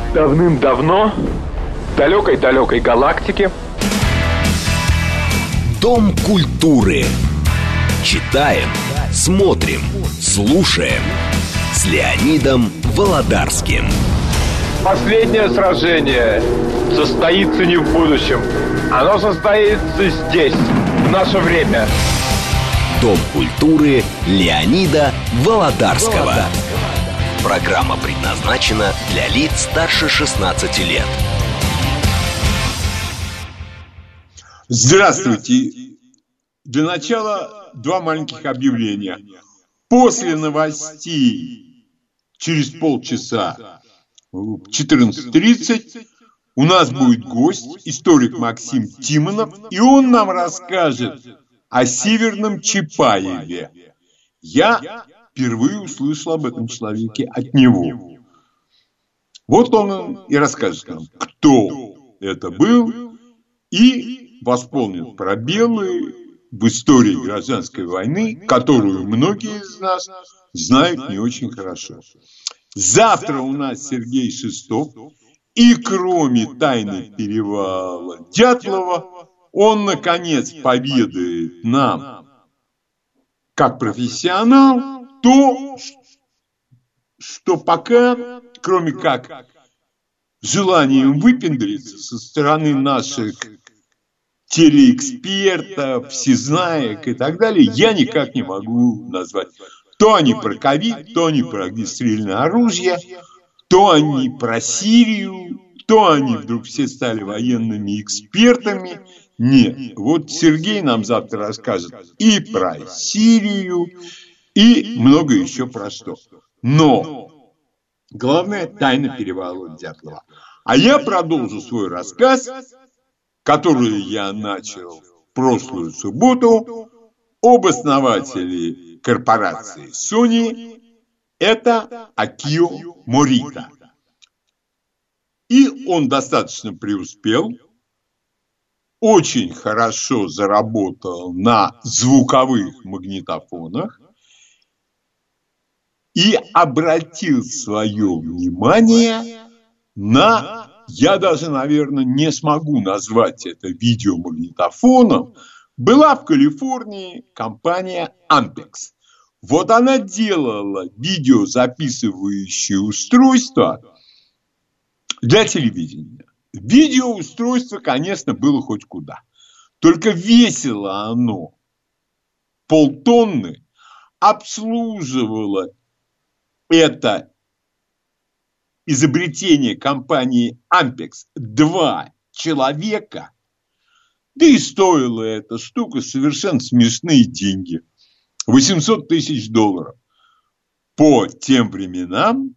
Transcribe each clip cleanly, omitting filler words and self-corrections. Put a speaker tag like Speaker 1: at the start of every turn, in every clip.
Speaker 1: Давным-давно, в далекой-далекой галактике.
Speaker 2: Дом культуры. Читаем, смотрим, слушаем. С Леонидом Володарским.
Speaker 1: Последнее сражение состоится не в будущем. Оно состоится здесь, в наше время.
Speaker 2: Дом культуры Леонида Володарского. Программа предназначена для лиц старше 16 лет.
Speaker 3: Здравствуйте. Для начала два маленьких объявления. После новостей через полчаса в 14:30 у нас будет гость, историк Максим Тимонов, и он нам расскажет о Северном Чапаеве. Я впервые услышал об этом человеке от него. Вот он и расскажет нам, кто это был, и восполнит пробелы в истории гражданской войны, которую многие из нас знают не очень хорошо. Завтра у нас Сергей Шестов, и кроме тайны перевала Дятлова, он, наконец, поведает нам, как профессионал, то, что пока, кроме как желанием выпендриться со стороны наших телеэкспертов, всезнаек и так далее, я никак не могу назвать. То они про ковид, то они про огнестрельное оружие, то они про Сирию, то они вдруг все стали военными экспертами. Нет, вот Сергей нам завтра расскажет и про Сирию, и много еще про что. Но главное — тайна перевала Дятлова. А я продолжу свой рассказ, который я начал в прошлую субботу, об основателе корпорации Sony. Это Акио Морита. И он достаточно преуспел, очень хорошо заработал на звуковых магнитофонах и обратил свое внимание на, я даже, наверное, не смогу назвать это видеомагнитофоном, была в Калифорнии компания Ampex. Вот она делала видеозаписывающие устройства для телевидения. Видеоустройство, конечно, было хоть куда. Только весило оно полтонны, обслуживало это изобретение компании Ampex 2 человека, да и стоила эта штука совершенно смешные деньги. $800 тысяч. По тем временам,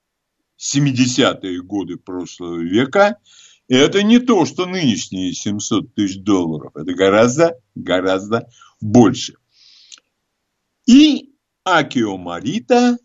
Speaker 3: 70-е годы прошлого века, это не то, что нынешние $700 тысяч. Это гораздо больше. И Акио Морита,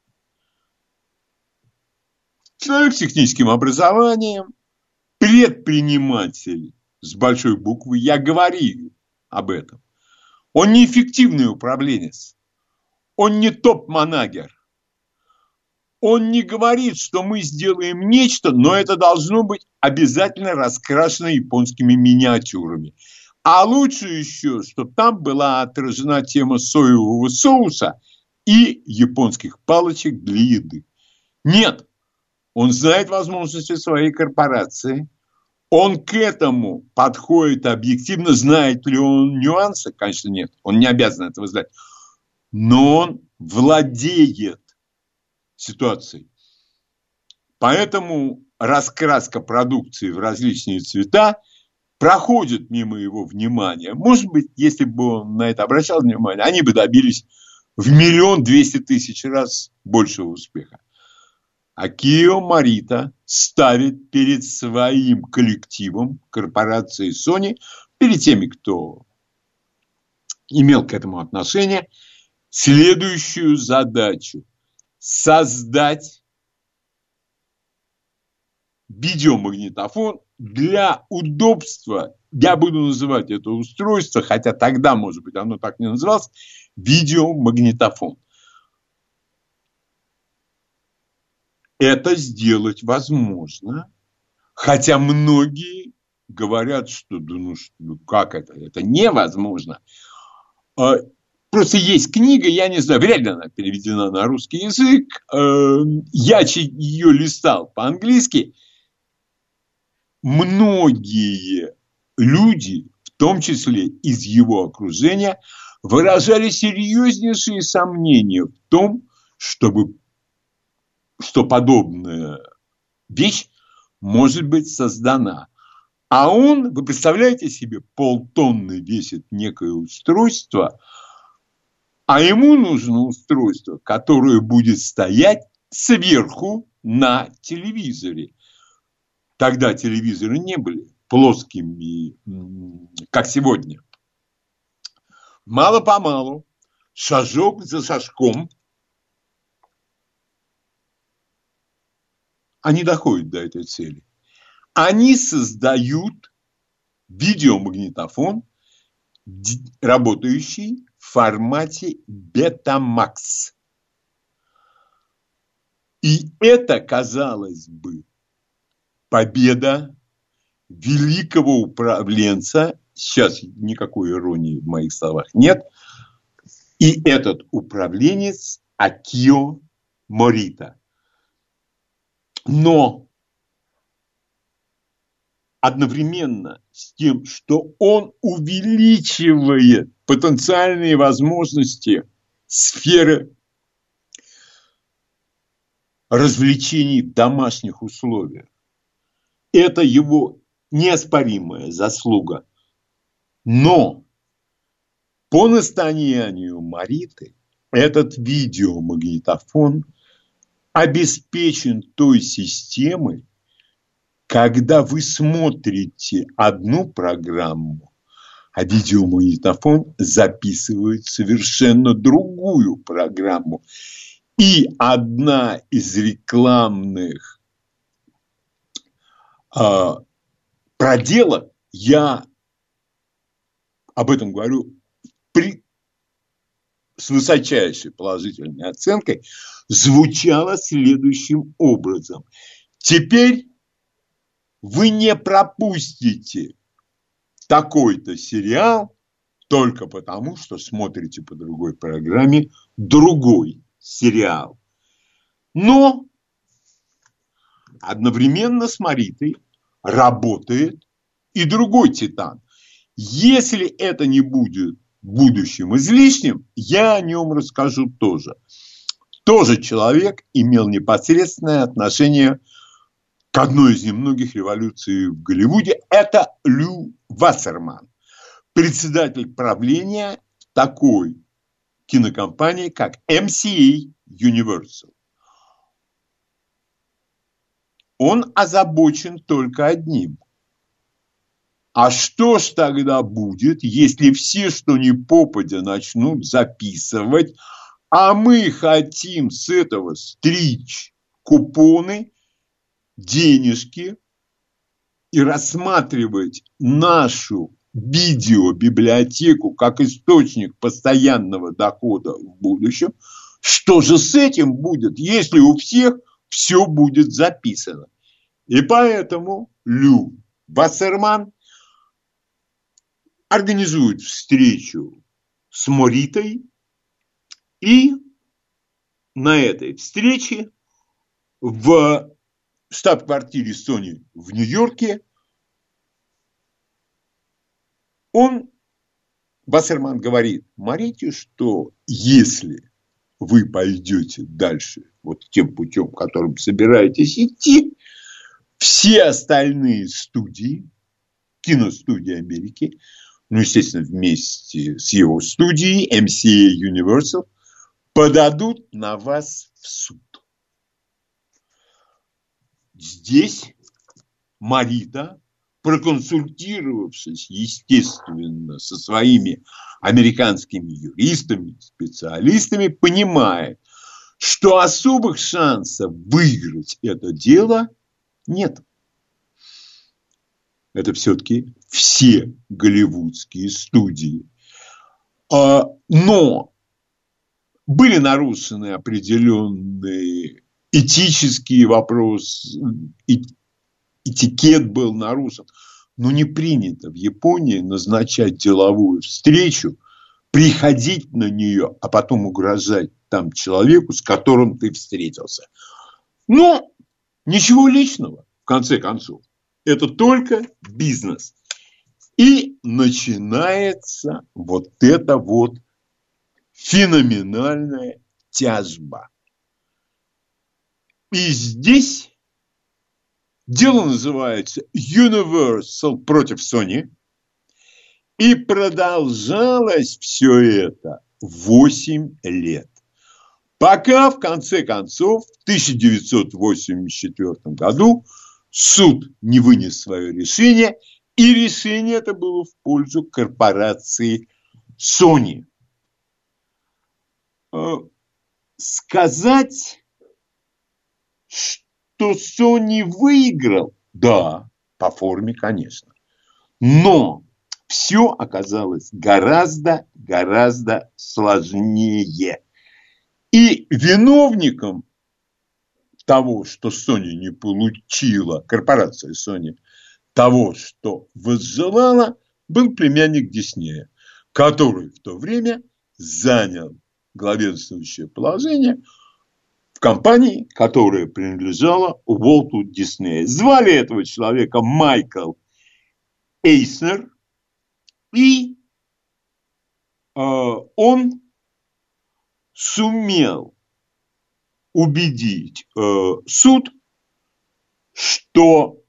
Speaker 3: человек с техническим образованием, предприниматель с большой буквы, я говорил об этом. Он не эффективный управленец, он не топ-манагер. Он не говорит, что мы сделаем нечто, но это должно быть обязательно раскрашено японскими миниатюрами. А лучше еще, чтобы там была отражена тема соевого соуса и японских палочек для еды. Нет, он знает возможности своей корпорации. Он к этому подходит объективно. Знает ли он нюансы? Конечно, нет. Он не обязан этого знать. Но он владеет ситуацией. Поэтому раскраска продукции в различные цвета проходит мимо его внимания. Может быть, если бы он на это обращал внимание, они бы добились в 1 200 000 раз большего успеха. Акио Морита ставит перед своим коллективом корпорации Sony, перед теми, кто имел к этому отношение, следующую задачу: создать видеомагнитофон для удобства. Я буду называть это устройство, хотя тогда, может быть, оно так не называлось, видеомагнитофон. это сделать возможно, хотя многие говорят, что как это невозможно. Просто есть книга, я не знаю, вряд ли она переведена на русский язык, я ее листал по-английски. Многие люди, в том числе из его окружения, выражали серьезнейшие сомнения в том, что подобная вещь может быть создана. А он, вы представляете себе, полтонны весит некое устройство, а ему нужно устройство, которое будет стоять сверху на телевизоре. Тогда телевизоры не были плоскими, как сегодня. Мало-помалу, шажок за шажком, они доходят до этой цели. Они создают видеомагнитофон, работающий в формате Betamax. И это, казалось бы, победа великого управленца. Сейчас никакой иронии в моих словах нет. И этот управленец Акио Морита. Но одновременно с тем, что он увеличивает потенциальные возможности сферы развлечений в домашних условиях, это его неоспоримая заслуга. Но по настоянию Мориты этот видеомагнитофон обеспечен той системой, когда вы смотрите одну программу, а видеомагнитофон записывает совершенно другую программу. И одна из рекламных проделок, я об этом говорю с высочайшей положительной оценкой, звучала следующим образом. Теперь вы не пропустите такой-то сериал только потому, что смотрите по другой программе другой сериал. Но одновременно с Моритой работает и другой титан. Если это не будет в будущем излишним, я о нем расскажу тоже. Тоже человек имел непосредственное отношение к одной из немногих революций в Голливуде. Это Лью Вассерман, председатель правления такой кинокомпании, как MCA Universal. Он озабочен только одним. А что ж тогда будет, если все, что ни попадя, начнут записывать, а мы хотим с этого стричь купоны, денежки и рассматривать нашу видеобиблиотеку как источник постоянного дохода в будущем? Что же с этим будет, если у всех все будет записано? И поэтому Лью Вассерман организует встречу с Моритой, и на этой встрече в штаб-квартире Sony в Нью-Йорке Вассерман говорит Морите, что если вы пойдете дальше вот тем путем, которым собираетесь идти, все остальные студии, киностудии Америки, естественно, вместе с его студией MCA Universal, подадут на вас в суд. Здесь Морита, проконсультировавшись, естественно, со своими американскими юристами, специалистами, понимает, что особых шансов выиграть это дело нет. Это все-таки все голливудские студии. Но были нарушены определенные этический вопрос, этикет был нарушен. Но не принято в Японии назначать деловую встречу, приходить на нее, а потом угрожать там человеку, с которым ты встретился. Но ничего личного, в конце концов. Это только бизнес. И начинается вот эта вот феноменальная тяжба. И здесь дело называется Universal против Sony. И продолжалось все это 8 лет. Пока в конце концов в 1984 году суд не вынес свое решение, и решение это было в пользу корпорации Sony. Сказать, что Sony выиграл, да, по форме, конечно. Но все оказалось гораздо сложнее. И виновником того, что Sony не получила, корпорация Sony, того, что возжелала, был племянник Диснея, который в то время занял главенствующее положение в компании, которая принадлежала Уолту Диснею. Звали этого человека Майкл Эйснер, и он сумел убедить суд, что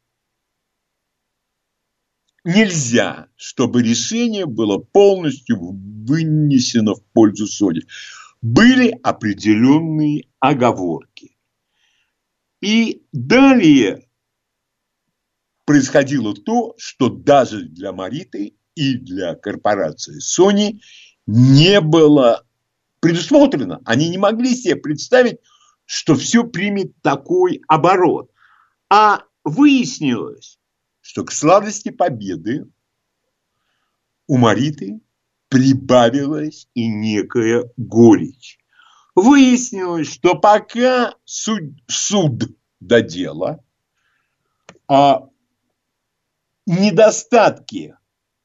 Speaker 3: нельзя, чтобы решение было полностью вынесено в пользу Sony. Были определенные оговорки. И далее происходило то, что даже для Мориты и для корпорации Sony не было предусмотрено. Они не могли себе представить, что все примет такой оборот. А выяснилось, что к сладости победы у Мориты прибавилась и некая горечь. Выяснилось, что пока суд до дела, недостатки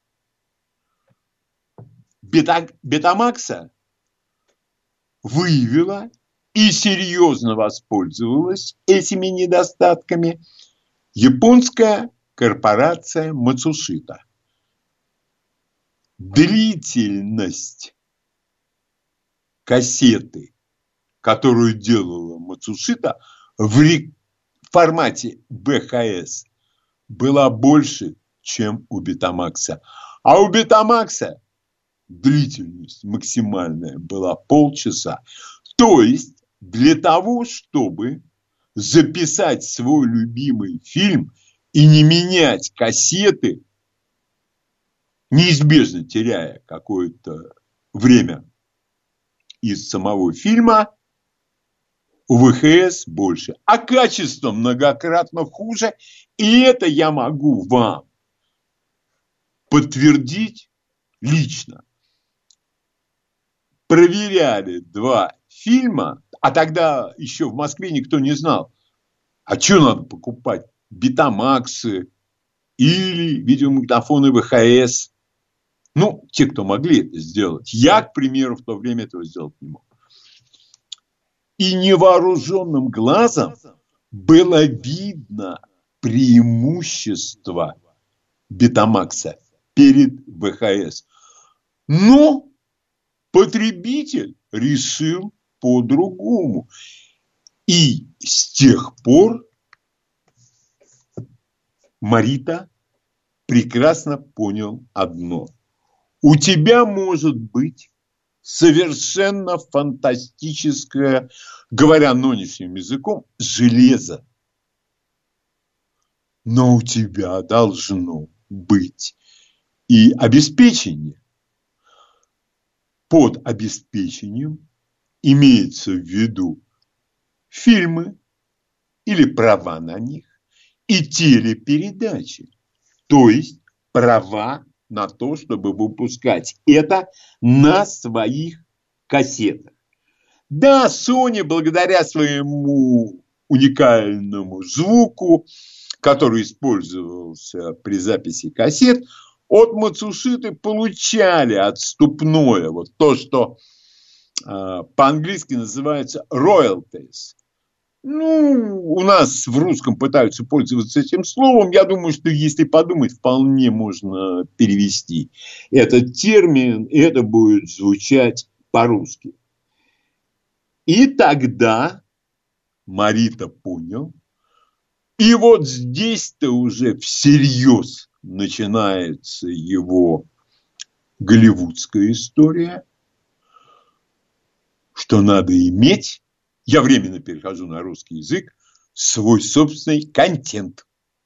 Speaker 3: Бетамакса выявила и серьезно воспользовалась этими недостатками японская корпорация Мацушита. Длительность кассеты, которую делала Мацушита в формате ВХС, была больше, чем у Бетамакса. А у Бетамакса длительность максимальная была полчаса. То есть для того, чтобы записать свой любимый фильм и не менять кассеты, неизбежно теряя какое-то время из самого фильма, у ВХС больше, а качество многократно хуже. И это я могу вам подтвердить лично. Проверяли 2 фильма, а тогда еще в Москве никто не знал, а что надо покупать, Бетамаксы или видеомагнитофоны ВХС. Ну, те, кто могли это сделать. Я, к примеру, в то время этого сделать не мог. И невооруженным глазом было видно преимущество Бетамакса перед ВХС. Но потребитель решил по-другому. И с тех пор Морита прекрасно понял одно. У тебя может быть совершенно фантастическое, говоря нынешним языком, железо. Но у тебя должно быть и обеспечение. Под обеспечением имеется в виду фильмы или права на них и телепередачи. То есть права на то, чтобы выпускать это на своих кассетах. Да, Sony благодаря своему уникальному звуку, который использовался при записи кассет, от Мацушиты получали отступное, вот то, что по-английски называется royalties. Ну, у нас в русском пытаются пользоваться этим словом. Я думаю, что если подумать, вполне можно перевести этот термин, и это будет звучать по-русски. И тогда Морита понял, и вот здесь-то уже всерьез начинается его голливудская история, что надо иметь, я временно перехожу на русский язык, свой собственный контент.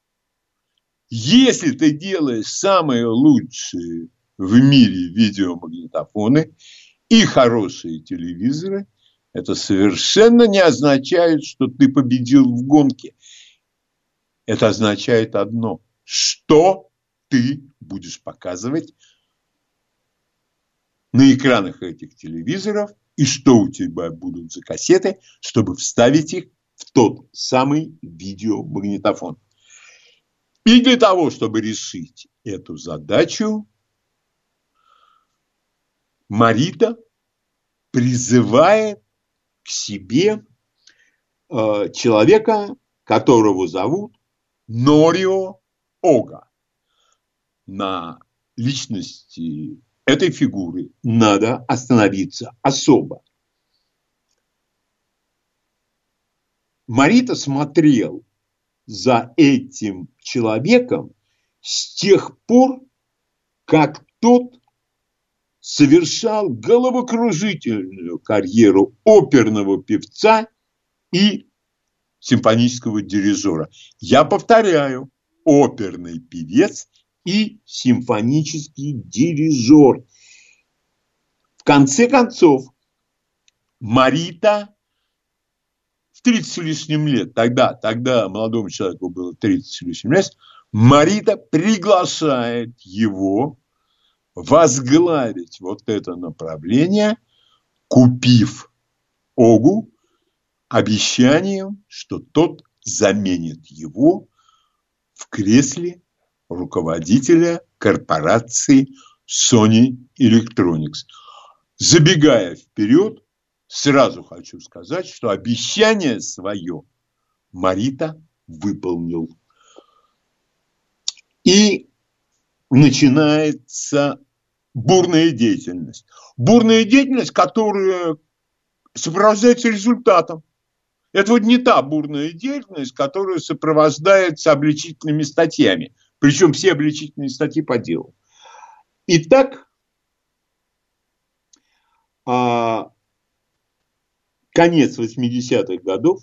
Speaker 3: Если ты делаешь самые лучшие в мире видеомагнитофоны и хорошие телевизоры, это совершенно не означает, что ты победил в гонке. Это означает одно, что ты будешь показывать на экранах этих телевизоров и что у тебя будут за кассеты, чтобы вставить их в тот самый видеомагнитофон. И для того, чтобы решить эту задачу, Морита призывает к себе человека, которого зовут Норио Ога. На личности этой фигуры надо остановиться особо. Морита смотрел за этим человеком с тех пор, как тот совершал головокружительную карьеру оперного певца и симфонического дирижера. Я повторяю, оперный певец и симфонический дирижер. В конце концов, Морита в 30 с лишним лет, тогда молодому человеку было 30 с лишним лет, Морита приглашает его возглавить вот это направление, купив Огу обещанием, что тот заменит его в кресле руководителя корпорации Sony Electronics. Забегая вперед, сразу хочу сказать, что обещание свое Морита выполнил. И начинается бурная деятельность. Бурная деятельность, которая сопровождается результатом. Это вот не та бурная деятельность, которая сопровождается обличительными статьями. Причем все обличительные статьи по делу. Итак, конец 80-х годов.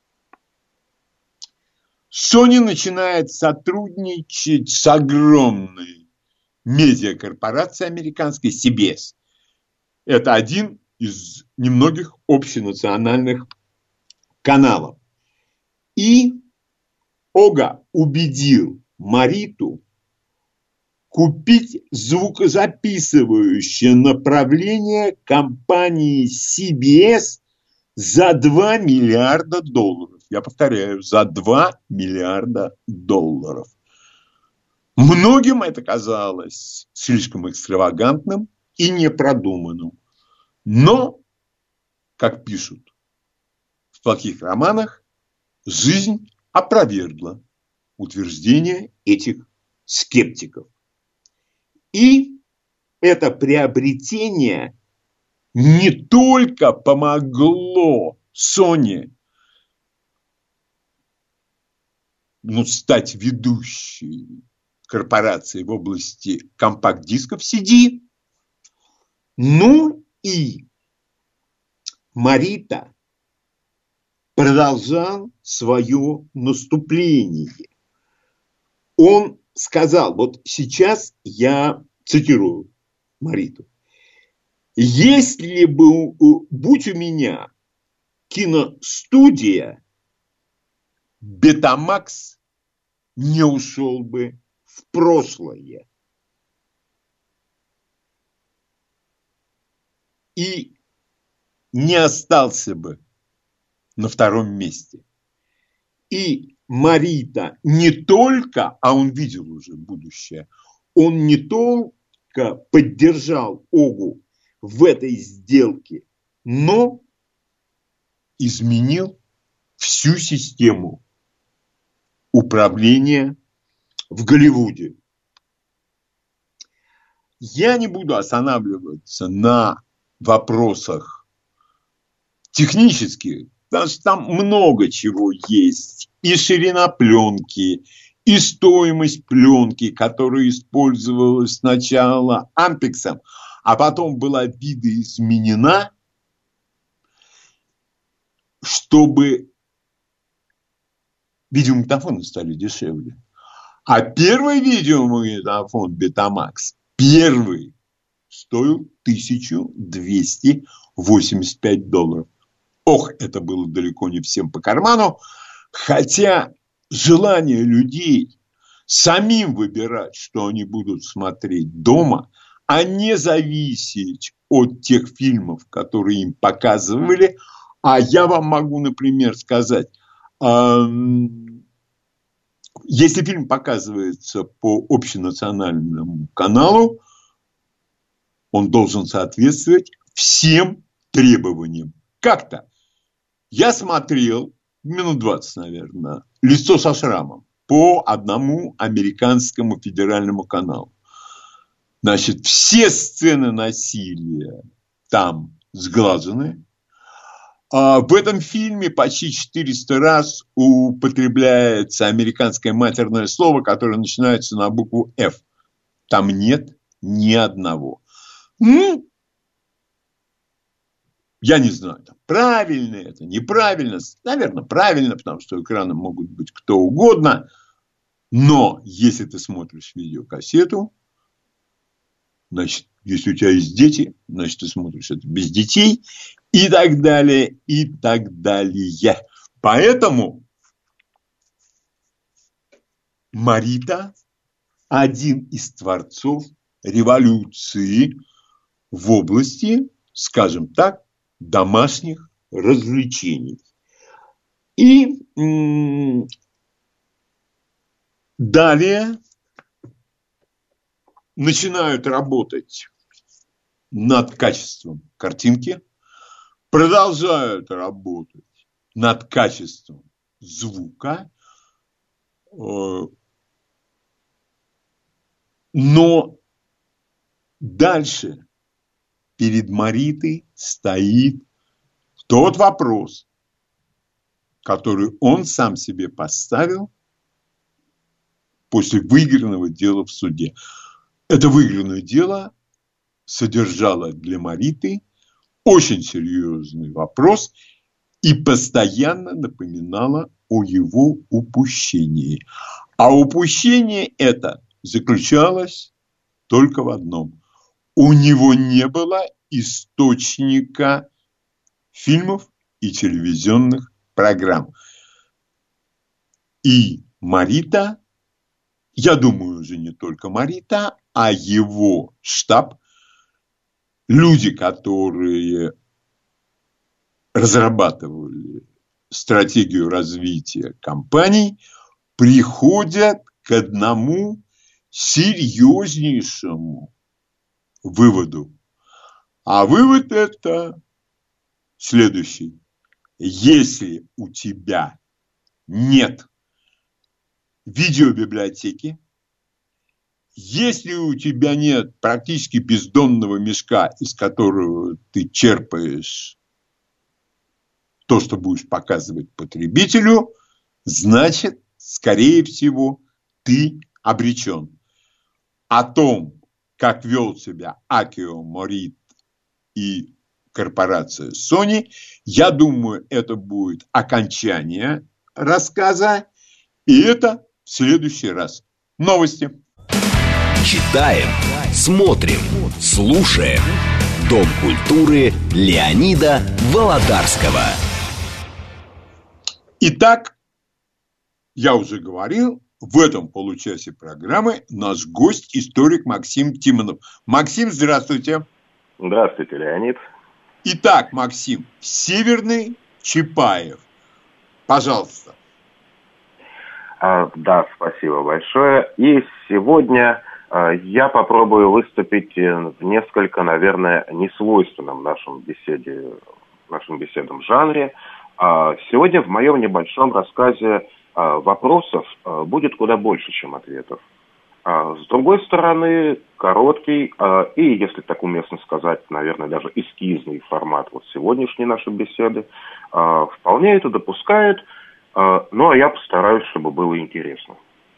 Speaker 3: Sony начинает сотрудничать с огромной медиакорпорацией американской CBS. Это один из немногих общенациональных каналов. И Ога убедил Мориту купить звукозаписывающее направление компании CBS за $2 миллиарда. Я повторяю, за $2 миллиарда. Многим это казалось слишком экстравагантным и непродуманным. Но, как пишут в плохих романах, жизнь опровергла утверждения этих скептиков. И это приобретение не только помогло Sony стать ведущей корпорацией в области компакт-дисков CD, но и Морита продолжал свое наступление. Он сказал, вот сейчас я цитирую Мориту: если бы, будь у меня киностудия, Бетамакс не ушел бы в прошлое. И не остался бы на втором месте. И Марита не только, а он видел уже будущее, он не только поддержал Огу в этой сделке, но изменил всю систему управления в Голливуде. Я не буду останавливаться на вопросах технических, потому что там много чего есть. И ширина пленки, и стоимость пленки, которая использовалась сначала Ампексом, а потом была видоизменена, чтобы видеомагнитофоны стали дешевле. А первый видеомагнитофон Betamax, первый, стоил $1285. Ох, это было далеко не всем по карману, хотя желание людей самим выбирать, что они будут смотреть дома, а не зависеть от тех фильмов, которые им показывали. А я вам могу, например, сказать, если фильм показывается по общенациональному каналу, он должен соответствовать всем требованиям. Как-то. Я смотрел минут 20, наверное, «Лицо со шрамом» по одному американскому федеральному каналу. Значит, все сцены насилия там сглажены. В этом фильме почти 400 раз употребляется американское матерное слово, которое начинается на букву «Ф». Там нет ни одного. Я не знаю, правильно это, неправильно. Наверное, правильно, потому что экраны могут быть кто угодно. Но если ты смотришь видеокассету, значит, если у тебя есть дети, значит, ты смотришь это без детей. И так далее, и так далее. Поэтому Марита – один из творцов революции в области, скажем так, домашних развлечений. И далее начинают работать над качеством картинки, продолжают работать над качеством звука, но дальше перед Маритой стоит тот вопрос, который он сам себе поставил после выигранного дела в суде. Это выигранное дело содержало для Мариты очень серьезный вопрос и постоянно напоминало о его упущении. А упущение это заключалось только в одном. У него не было источника фильмов и телевизионных программ. И Марита, я думаю, уже не только Марита, а его штаб, люди, которые разрабатывали стратегию развития компаний, приходят к одному серьезнейшему выводу. А вывод это следующий. Если у тебя нет видеобиблиотеки, если у тебя нет практически бездонного мешка, из которого ты черпаешь то, что будешь показывать потребителю, значит, скорее всего, ты обречен. О том, как вел себя Акио Морita и корпорация Sony, я думаю, это будет окончание рассказа, и это в следующий раз. Новости.
Speaker 2: Читаем, смотрим, слушаем. Дом культуры Леонида Володарского.
Speaker 3: Итак, я уже говорил, в этом получасе программы наш гость, историк Максим Тимонов. Максим, здравствуйте.
Speaker 4: Здравствуйте, Леонид.
Speaker 3: Итак, Максим, Северный Чапаев. Пожалуйста.
Speaker 4: Да, спасибо большое. И сегодня я попробую выступить в несколько, наверное, несвойственном нашим беседам жанре. Сегодня в моем небольшом рассказе вопросов будет куда больше, чем ответов. С другой стороны, короткий и, если так уместно сказать, наверное, даже эскизный формат вот сегодняшней нашей беседы вполне это допускает, ну а я постараюсь, чтобы было интересно.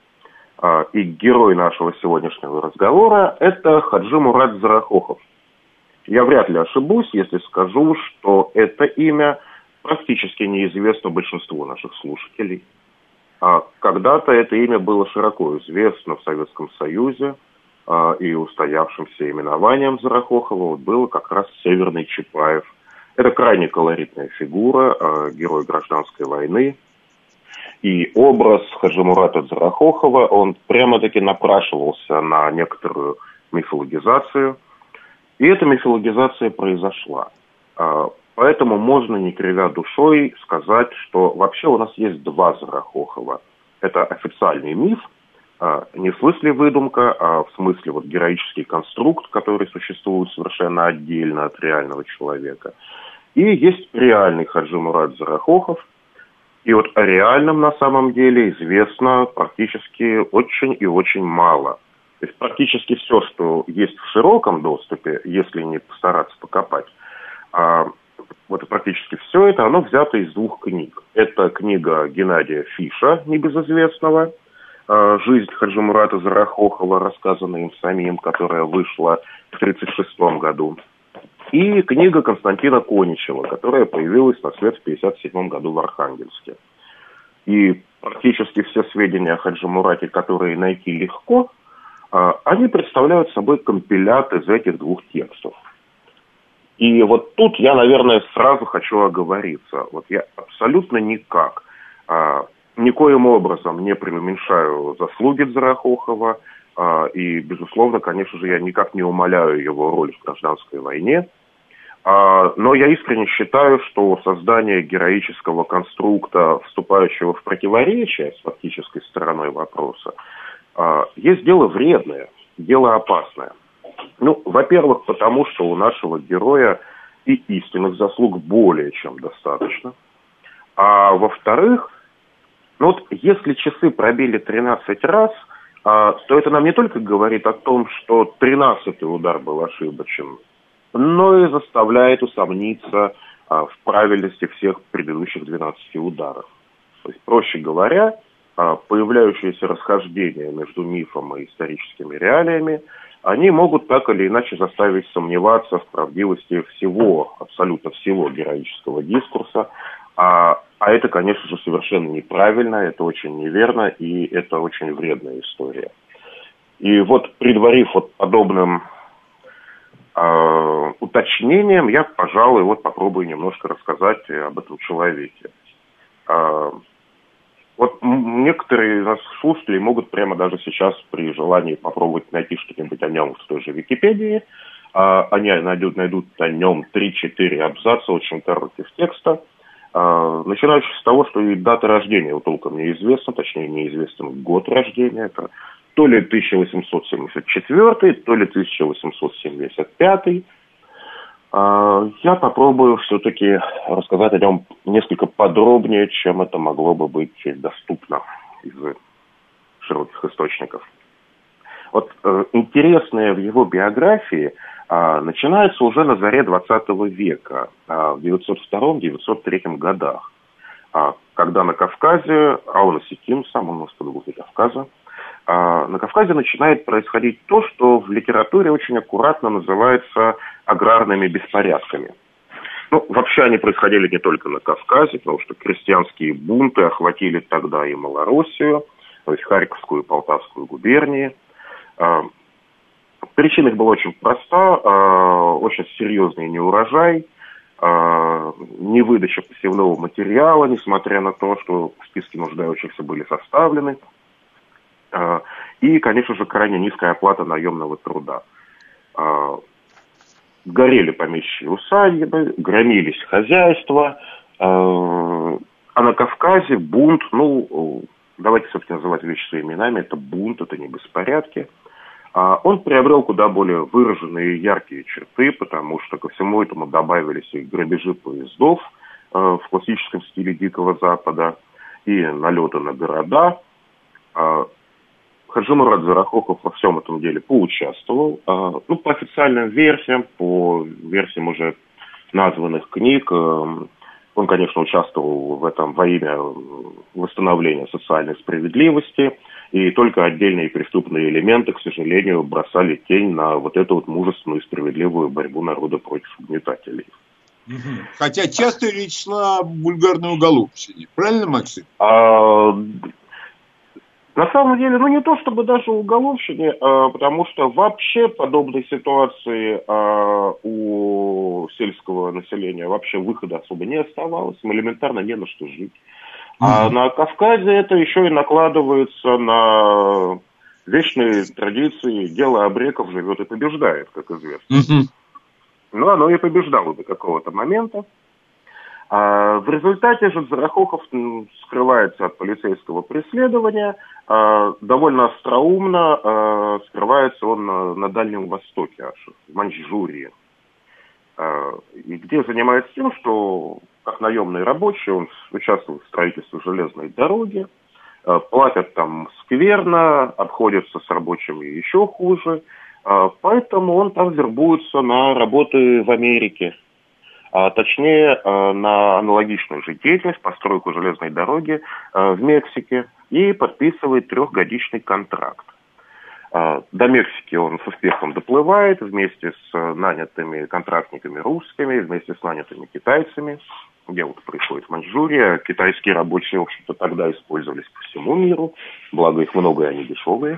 Speaker 4: И герой нашего сегодняшнего разговора – это Хаджи Мурат Зарахохов. Я вряд ли ошибусь, если скажу, что это имя практически неизвестно большинству наших слушателей. Когда-то это имя было широко известно в Советском Союзе, и устоявшимся именованием Зарахохова было как раз Северный Чапаев. Это крайне колоритная фигура, герой гражданской войны. И образ Хаджи Мурата Зарахохова, он прямо-таки напрашивался на некоторую мифологизацию. И эта мифологизация произошла. Поэтому можно, не кривя душой, сказать, что вообще у нас есть два Зарахохова. Это официальный миф, не в смысле выдумка, а в смысле вот героический конструкт, который существует совершенно отдельно от реального человека. И есть реальный Хаджи Мурат Зарахохов. И вот о реальном на самом деле известно практически очень и очень мало. То есть практически все, что есть в широком доступе, если не постараться покопать, вот практически все это, оно взято из двух книг. Это книга Геннадия Фиша, небезызвестного, «Жизнь Хаджи Мурата Зарахохова», рассказанная им самим, которая вышла в 1936 году. И книга Константина Коничева, которая появилась на свет в 1957 году в Архангельске. И практически все сведения о Хаджи Мурате, которые найти легко, они представляют собой компилят из этих двух текстов. И вот тут я, наверное, сразу хочу оговориться. Вот я абсолютно никак, никоим образом не преуменьшаю заслуги Зарахохова. И, безусловно, конечно же, я никак не умаляю его роль в гражданской войне. Но я искренне считаю, что создание героического конструкта, вступающего в противоречие с фактической стороной вопроса, есть дело вредное, дело опасное. Ну, во-первых, потому что у нашего героя и истинных заслуг более чем достаточно. А во-вторых, ну вот если часы пробили 13 раз, то это нам не только говорит о том, что 13-й удар был ошибочен, но и заставляет усомниться в правильности всех предыдущих 12 ударов. То есть, проще говоря, появляющиеся расхождения между мифом и историческими реалиями, они могут так или иначе заставить сомневаться в правдивости всего, абсолютно всего героического дискурса. А это, конечно же, совершенно неправильно, это очень неверно, и это очень вредная история. И вот, предварив вот подобным уточнением, я, пожалуй, вот попробую немножко рассказать об этом человеке. Вот некоторые нас слушатели могут прямо даже сейчас при желании попробовать найти что-нибудь о нем в той же Википедии. Они найдут о нем 3-4 абзаца очень коротких текста, начинающих с того, что и дата рождения его толком неизвестна, точнее неизвестен год рождения. Это то ли 1874, то ли 1875. Я попробую все-таки рассказать о нем несколько подробнее, чем это могло бы быть доступно из широких источников. Вот интересное в его биографии начинается уже на заре 20 века, в 902-903 годах, когда на Кавказе, он осетин сам, он из Кавказа, на Кавказе начинает происходить то, что в литературе очень аккуратно называется аграрными беспорядками. Ну, вообще они происходили не только на Кавказе, потому что крестьянские бунты охватили тогда и Малороссию, то есть Харьковскую и Полтавскую губернии. Причина их была очень проста, очень серьезный неурожай, невыдача посевного материала, несмотря на то, что списки нуждающихся были составлены. И, конечно же, крайне низкая оплата наемного труда. Горели помещичьи усадьбы, громились хозяйства, а на Кавказе бунт, давайте все-таки называть вещи своими именами, это бунт, это не беспорядки. Он приобрел куда более выраженные и яркие черты, потому что ко всему этому добавились и грабежи поездов в классическом стиле Дикого Запада, и налеты на города. Хаджимурат Зарахохов во всем этом деле поучаствовал. По официальным версиям, по версиям уже названных книг, он, конечно, участвовал в этом во имя восстановления социальной справедливости, и только отдельные преступные элементы, к сожалению, бросали тень на вот эту вот мужественную и справедливую борьбу народа против угнетателей.
Speaker 3: Хотя часто речь шла о вульгарной уголовщине. Правильно, Максим?
Speaker 4: На самом деле, не то чтобы даже уголовщине, потому что вообще подобной ситуации у сельского населения вообще выхода особо не оставалось, им элементарно не на что жить. А на Кавказе это еще и накладывается на вечные традиции. Дело обреков живет и побеждает, как известно. Оно и побеждало до какого-то момента. В результате же Зарахохов скрывается от полицейского преследования. Довольно остроумно скрывается он на Дальнем Востоке, аж в Маньчжурии. И где занимается тем, что как наемный рабочий он участвует в строительстве железной дороги, платят там скверно, обходятся с рабочими еще хуже, поэтому он там вербуется на работы в Америке, точнее на аналогичную же деятельность, постройку железной дороги в Мексике, и подписывает 3-годичный контракт. До Мексики он с успехом доплывает вместе с нанятыми контрактниками русскими, вместе с нанятыми китайцами. Дело происходит в Маньчжурии. Китайские рабочие, в общем-то, тогда использовались по всему миру. Благо их много, и они дешевые.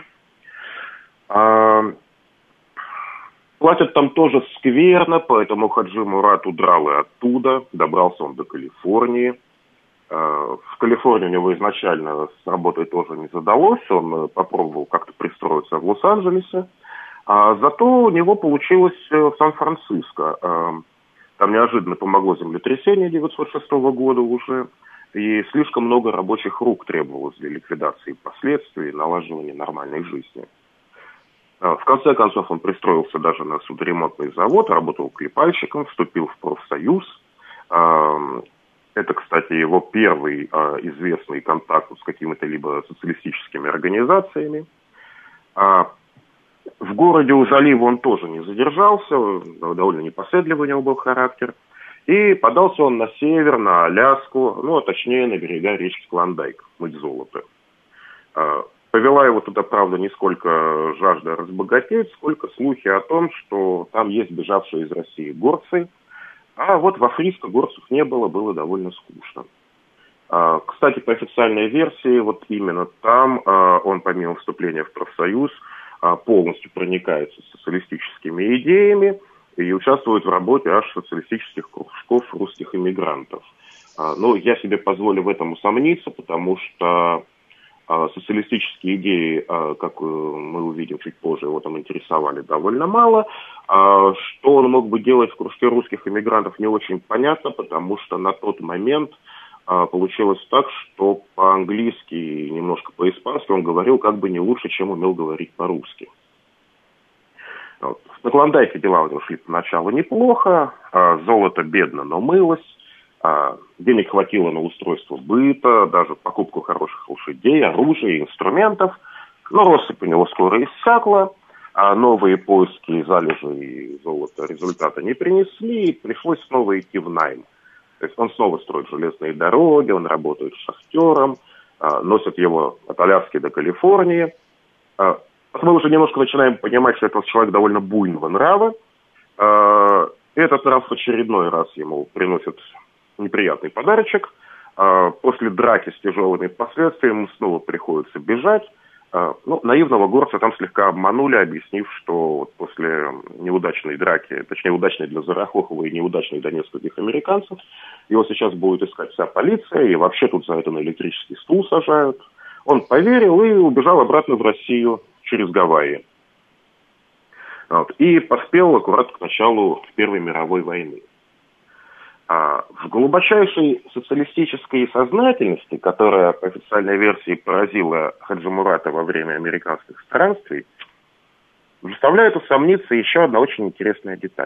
Speaker 4: Платят там тоже скверно, поэтому Хаджи Мурат удрал и оттуда. Добрался он до Калифорнии. В Калифорнии у него изначально с работой тоже не задалось. Он попробовал как-то пристроиться в Лос-Анджелесе. Зато у него получилось в Сан-Франциско. Там неожиданно помогло землетрясение 1906 года уже. И слишком много рабочих рук требовалось для ликвидации последствий и налаживания нормальной жизни. В конце концов он пристроился даже на судоремонтный завод, работал клепальщиком, вступил в профсоюз. Это, кстати, его первый известный контакт с какими-то либо социалистическими организациями. В городе у залива он тоже не задержался, довольно непоседливый у него был характер. И подался он на север, на Аляску, точнее на берега речки Клондайк, мыть золото. Повела его туда, правда, не сколько жажда разбогатеть, сколько слухи о том, что там есть бежавшие из России горцы. А вот во Фриско горцев не было, было довольно скучно. Кстати, по официальной версии, вот именно там он, помимо вступления в профсоюз, полностью проникается социалистическими идеями и участвует в работе аж социалистических кружков русских иммигрантов. Я себе позволю в этом усомниться, потому что социалистические идеи, как мы увидим чуть позже, его там интересовали довольно мало. Что он мог бы делать в кружке русских иммигрантов, не очень понятно, потому что на тот момент получилось так, что по-английски и немножко по-испански он говорил как бы не лучше, чем умел говорить по-русски. На Клондайке дела у него шли поначалу неплохо, золото бедно, но мылось. Денег хватило на устройство быта, даже покупку хороших лошадей, оружия, инструментов. Но россыпь у него скоро иссякла, а новые поиски и залежи золота результата не принесли, и пришлось снова идти в найм. То есть он снова строит железные дороги, он работает шахтером, носят его от Аляски до Калифорнии. Мы уже немножко начинаем понимать, что этот человек довольно буйного нрава. Этот нрав в очередной раз ему приносит неприятный подарочек. После драки с тяжелыми последствиями ему снова приходится бежать. Наивного горца там слегка обманули, объяснив, что после неудачной драки, точнее удачной для Зарахохова и неудачной для нескольких американцев, его сейчас будет искать вся полиция, и вообще тут за это на электрический стул сажают. Он поверил и убежал обратно в Россию через Гавайи. И поспел аккурат к началу Первой мировой войны. В глубочайшей социалистической сознательности, которая по официальной версии поразила Хаджи Мурата во время американских странствий, заставляет усомниться еще одна очень интересная деталь.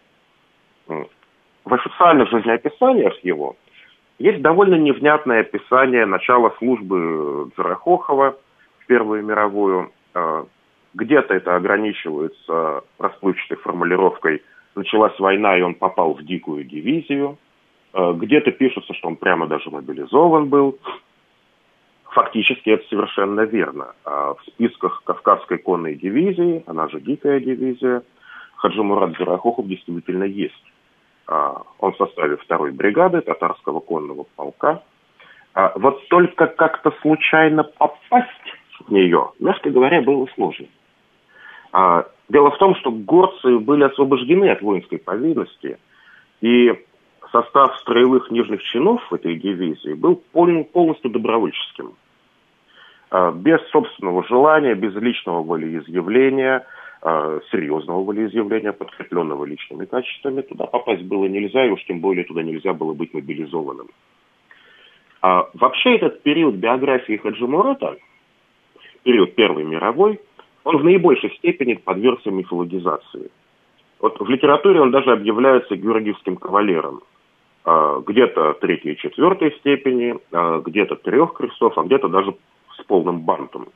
Speaker 4: В официальных жизнеописаниях его есть довольно невнятное описание начала службы Джарахохова в Первую мировую. Где-то это ограничивается расплывчатой формулировкой «началась война, и он попал в дикую дивизию». Где-то пишется, что он прямо даже мобилизован был. Фактически это совершенно верно. В списках Кавказской конной дивизии, она же дикая дивизия, Хаджи Мурат Джарахохов действительно есть. Он в составе 2-й бригады татарского конного полка. Вот только как-то случайно попасть в нее, мягко говоря, было сложно. Дело в том, что горцы были освобождены от воинской повинности, и состав строевых нижних чинов в этой дивизии был полностью добровольческим. Без собственного желания, без личного волеизъявления, серьезного волеизъявления, подкрепленного личными качествами, туда попасть было нельзя, и уж тем более туда нельзя было быть мобилизованным. Вообще этот период биографии Хаджи Мурата, период Первой мировой, он в наибольшей степени подвергся мифологизации. Вот в литературе он даже объявляется георгиевским кавалером. Где-то 3-й и 4-й степени, где-то 3 крестов, а где-то даже с полным бантом.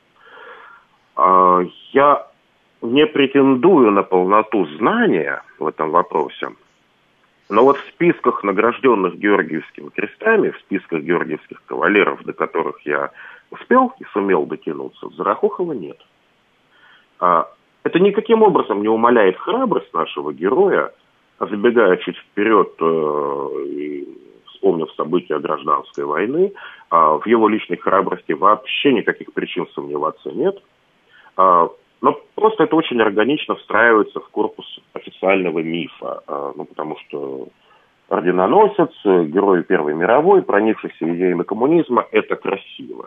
Speaker 4: Я не претендую на полноту знания в этом вопросе, но вот в списках награжденных георгиевскими крестами, в списках георгиевских кавалеров, до которых я успел и сумел дотянуться, Джарахохова нет. Это никаким образом не умаляет храбрость нашего героя, а забегая чуть вперед и вспомнив события гражданской войны, в его личной храбрости вообще никаких причин сомневаться нет. Но просто это очень органично встраивается в корпус официального мифа. Потому что орденоносец, герой Первой мировой, проникшийся идеями коммунизма, это красиво.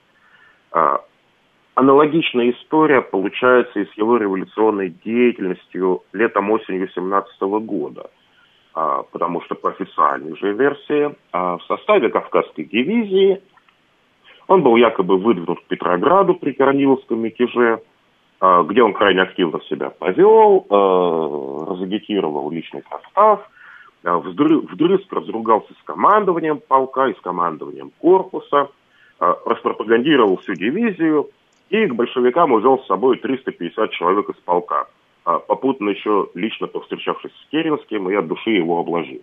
Speaker 4: Аналогичная история получается и с его революционной деятельностью летом-осенью 1917 года. Потому что по официальной же версии в составе Кавказской дивизии он был якобы выдвинут к Петрограду при Корниловском мятеже, где он крайне активно себя повел, разагитировал личный состав, вдрызг разругался с командованием полка и с командованием корпуса, распропагандировал всю дивизию и к большевикам увел с собой 350 человек из полка, попутно еще лично повстречавшись с Керенским и от души его обложив.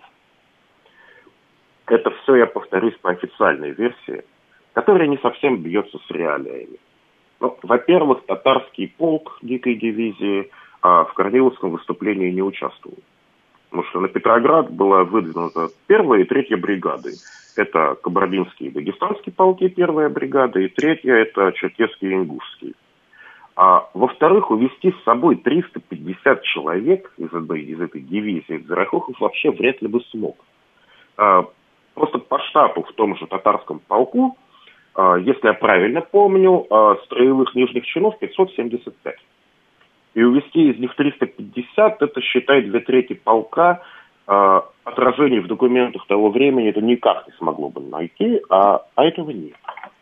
Speaker 4: Это все, я повторюсь, по официальной версии, которая не совсем бьется с реалиями. Во-первых, татарский полк дикой дивизии в Корниловском выступлении не участвовал. Потому что на Петроград была выдвинута 1-я и 3-я бригады. Это Кабардинский и Дагестанский полки, 1-я бригада, и 3-я это Черкесский и Ингушский. Во-вторых, увезти с собой 350 человек из этой дивизии Джарахохов вообще вряд ли бы смог. Просто по штату в том же татарском полку, если я правильно помню, строевых нижних чинов 575. И увезти из них 350, это, считай, 2/3 полка, отражений в документах того времени это никак не смогло бы найти, а этого нет.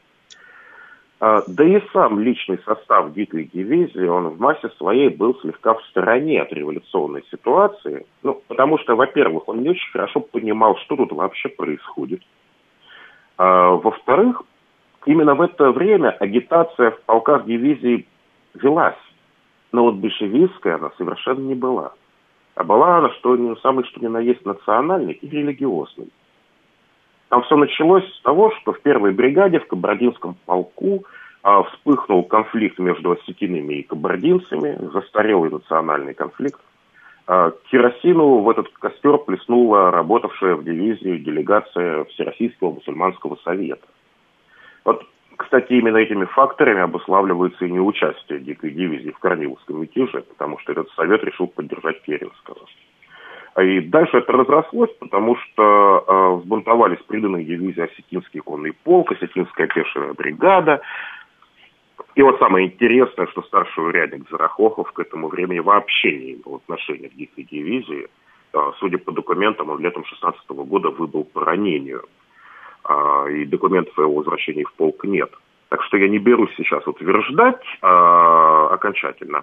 Speaker 4: Да и сам личный состав дикой дивизии, он в массе своей был слегка в стороне от революционной ситуации. Потому что, во-первых, он не очень хорошо понимал, что тут вообще происходит. Во-вторых, именно в это время агитация в полках дивизии велась. Но вот большевистская она совершенно не была. А была она, самое что ни на есть, национальной и религиозной. Там все началось с того, что в 1-й бригаде, в Кабардинском полку, вспыхнул конфликт между осетинами и кабардинцами, застарелый национальный конфликт. Керосину в этот костер плеснула работавшая в дивизии делегация Всероссийского мусульманского совета. Вот, кстати, именно этими факторами обуславливается и неучастие дикой дивизии в Корниловском мятеже, потому что этот совет решил поддержать Керенского. И дальше это разрослось, потому что взбунтовались приданные дивизии Осетинский конный полк, Осетинская пешая бригада. И вот самое интересное, что старший урядник Джарахохов к этому времени вообще не имел отношения к дикой дивизии. Судя по документам, он летом 2016 года выбыл по ранению. И документов о его возвращении в полк нет. Так что я не берусь сейчас утверждать окончательно.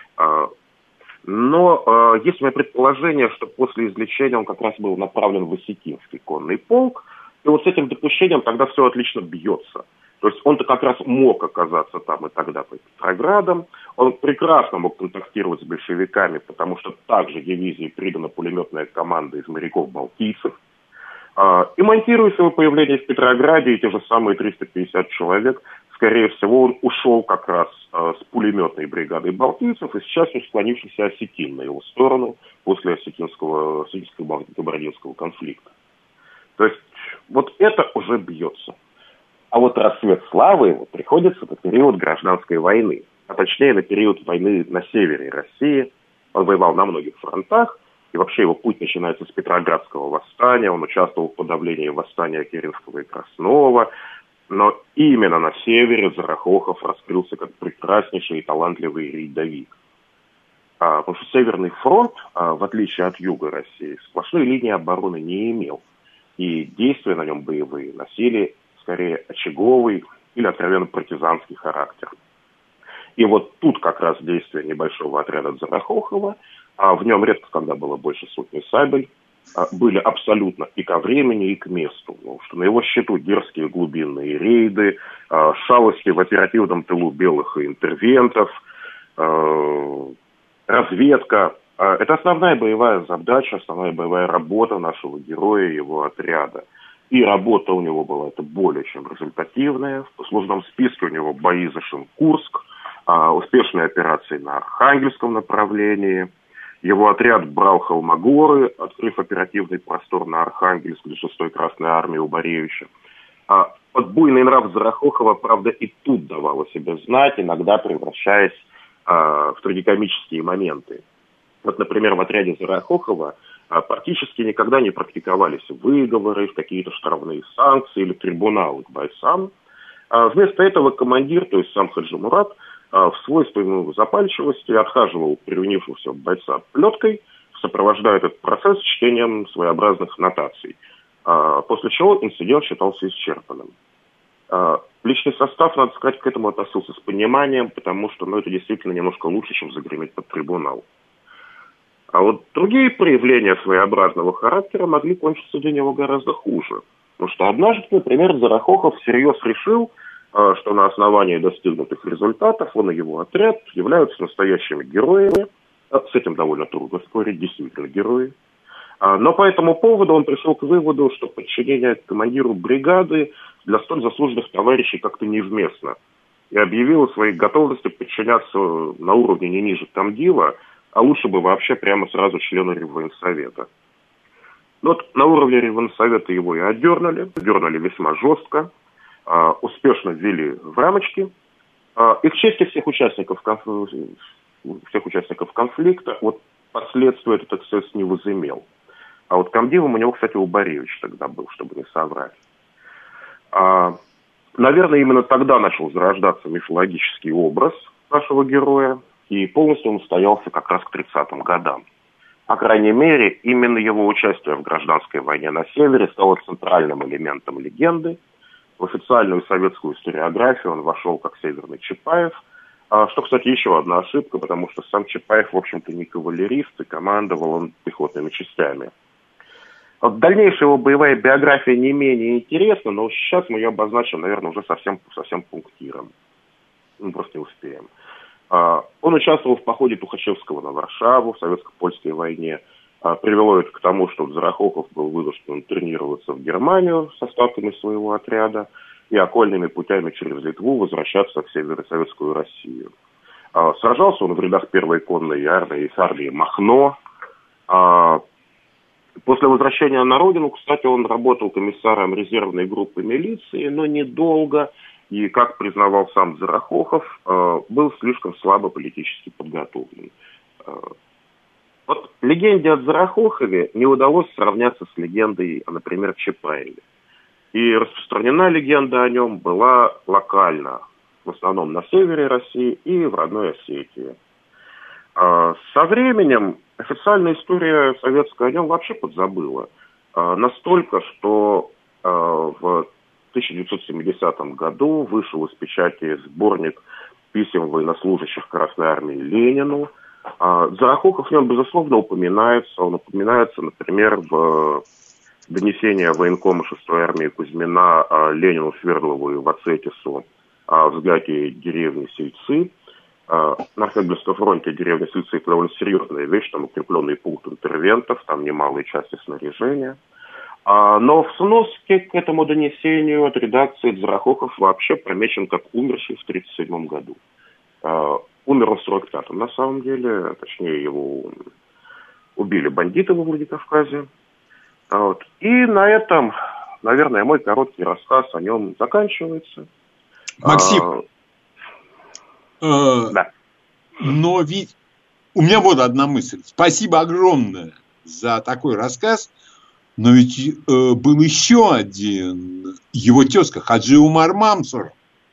Speaker 4: Но есть мое предположение, что после излечения он как раз был направлен в Осетинский конный полк. И вот с этим допущением тогда все отлично бьется. То есть он-то как раз мог оказаться там и тогда под Петроградом. Он прекрасно мог контактировать с большевиками, потому что также дивизии придана пулеметная команда из моряков-балтийцев. И монтируя свое появление в Петрограде, и те же самые 350 человек, скорее всего, он ушел как раз с пулеметной бригадой балтийцев и с частью склонившихся осетин на его сторону после осетинско-кабардинского конфликта. То есть вот это уже бьется. А вот рассвет славы его приходится на период гражданской войны, а точнее на период войны на севере России. Он воевал на многих фронтах, и вообще его путь начинается с Петроградского восстания. Он участвовал в подавлении восстания Керенского и Краснова. Но именно на севере Зарахохов раскрылся как прекраснейший и талантливый рейдовик. Потому что Северный фронт, в отличие от юга России, сплошной линии обороны не имел. И действия на нем боевые носили скорее очаговый или откровенно партизанский характер. И вот тут как раз действия небольшого отряда Зарахохова, в нем редко когда было больше сотни сабель, были абсолютно и ко времени, и к месту. Потому что на его счету дерзкие глубинные рейды, шалости в оперативном тылу белых и интервентов, разведка. Это основная боевая задача, основная боевая работа нашего героя и его отряда. И работа у него была это более чем результативная. В послужном списке у него бои за Шенкурск, успешные операции на Архангельском направлении. Его отряд брал Холмогоры, открыв оперативный простор на Архангельск для 6-й Красной Армии у Боревича. Подбуйный нрав Зарахохова, правда, и тут давал о себе знать, иногда превращаясь в трагикомические моменты. Вот, например, в отряде Зарахохова практически никогда не практиковались выговоры, какие-то штрафные санкции или трибуналы к бойцам. Вместо этого командир, то есть сам Хаджи Мурат, в свойстве ему запальчивости отхаживал привинившегося бойца плеткой, сопровождая этот процесс чтением своеобразных нотаций. После чего инцидент считался исчерпанным. Личный состав, надо сказать, к этому относился с пониманием, потому что это действительно немножко лучше, чем загреметь под трибунал. А вот другие проявления своеобразного характера могли кончиться для него гораздо хуже. Потому что однажды, например, Зарахохов всерьез решил, что на основании достигнутых результатов он и его отряд являются настоящими героями. С этим довольно трудно спорить, действительно герои. Но по этому поводу он пришел к выводу, что подчинение командиру бригады для столь заслуженных товарищей как-то невместно. И объявил о своей готовности подчиняться на уровне не ниже комдива, а лучше бы вообще прямо сразу члену Реввоенсовета. Вот на уровне Реввоенсовета его и отдернули весьма жестко, успешно ввели в рамочки. И к чести всех участников конфликта, вот последствия этот эксцесс не возымел. А вот комдивом у него, кстати, Убаревич тогда был, чтобы не соврать. Наверное, именно тогда начал зарождаться мифологический образ нашего героя, и полностью он устоялся как раз к 30-м годам. По крайней мере, именно его участие в гражданской войне на севере стало центральным элементом легенды. В официальную советскую историографию он вошел как Северный Чапаев, что, кстати, еще одна ошибка, потому что сам Чапаев, в общем-то, не кавалерист, и командовал он пехотными частями. Вот дальнейшая его боевая биография не менее интересна, но сейчас мы ее обозначим, наверное, уже совсем пунктиром. Мы просто не успеем. Он участвовал в походе Тухачевского на Варшаву в советско-польской войне. Привело это к тому, что Зарахохов был вынужден тренироваться в Германию с остатками своего отряда и окольными путями через Литву возвращаться в северо-советскую Россию. Сражался он в рядах первой конной армии и армии Махно. После возвращения на родину, кстати, он работал комиссаром резервной группы милиции, но недолго. И, как признавал сам Зарахохов, был слишком слабо политически подготовлен. Вот легенде о Зарахохове не удалось сравняться с легендой, например, Чапаеве. И распространена легенда о нем была локально, в основном на севере России и в родной Осетии. Со временем официальная история советская о нем вообще подзабыла. Настолько, что в 1970 году вышел из печати сборник писем военнослужащих Красной Армии Ленину. Зарахухов в нем, безусловно, упоминается. Он упоминается, например, в донесении военкома 6-й армии Кузьмина Ленину, Свердлову и Вацетису о взятии деревни Сельцы. На Архангельском фронте деревня Сельцы — это довольно серьезная вещь, там укрепленный пункт интервентов, там немалые части снаряжения. Но в сноске к этому донесению от редакции Зарахухов вообще помечен как умерший в 1937 году. Умер он в 1945-м, на самом деле, точнее, его убили бандиты во Владикавказе. Вот. И на этом, наверное, мой короткий рассказ о нем заканчивается.
Speaker 3: Максим,
Speaker 4: да.
Speaker 3: Но ведь у меня вот одна мысль. Спасибо огромное за такой рассказ. Но ведь был еще один его тезка Хаджи Умар Мамсуров.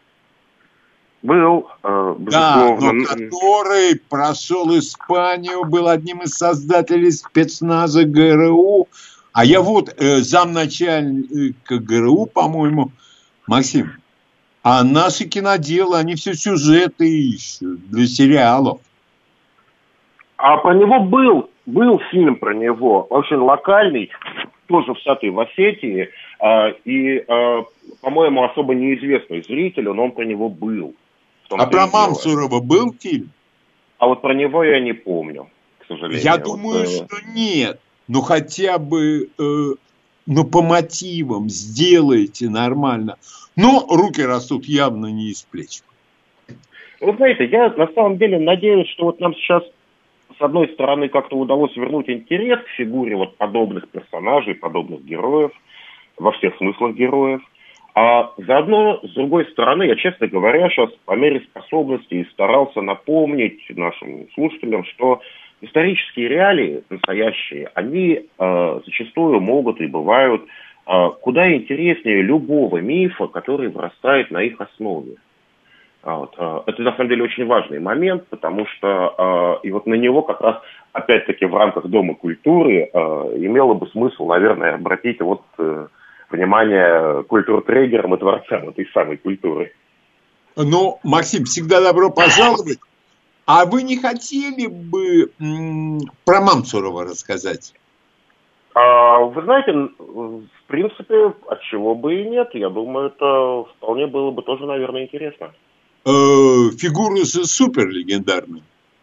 Speaker 4: Был,
Speaker 3: да, но который прошел Испанию, был одним из создателей спецназа ГРУ. А я вот замначальника ГРУ, по-моему, Максим. А наши киноделы, они все сюжеты ищут для сериалов.
Speaker 4: А про него был фильм про него, очень локальный, тоже взятый в Осетии, и, по-моему, особо неизвестный зрителю, но он про него был.
Speaker 3: А про Мамсурова был фильм?
Speaker 4: А вот про него я не помню, к сожалению.
Speaker 3: Я думаю, что нет. Но хотя бы по мотивам сделайте нормально. Но руки растут явно не из плеч.
Speaker 4: Вы знаете, я на самом деле надеюсь, что вот нам сейчас с одной стороны как-то удалось вернуть интерес к фигуре вот подобных персонажей, подобных героев, во всех смыслах героев. А заодно, с другой стороны, я, честно говоря, сейчас по мере способностей старался напомнить нашим слушателям, что исторические реалии настоящие, они зачастую могут и бывают куда интереснее любого мифа, который вырастает на их основе. Вот. Это, на самом деле, очень важный момент, потому что и вот на него как раз, опять-таки, в рамках Дома культуры имело бы смысл, наверное, обратить вот внимание культуртрегерам и творцам этой самой культуры.
Speaker 3: Ну, Максим, всегда добро пожаловать. А вы не хотели бы про Мамсурова рассказать?
Speaker 4: Вы знаете, в принципе, отчего бы и нет. Я думаю, это вполне было бы тоже, наверное, интересно.
Speaker 3: Фигура супер легендарная.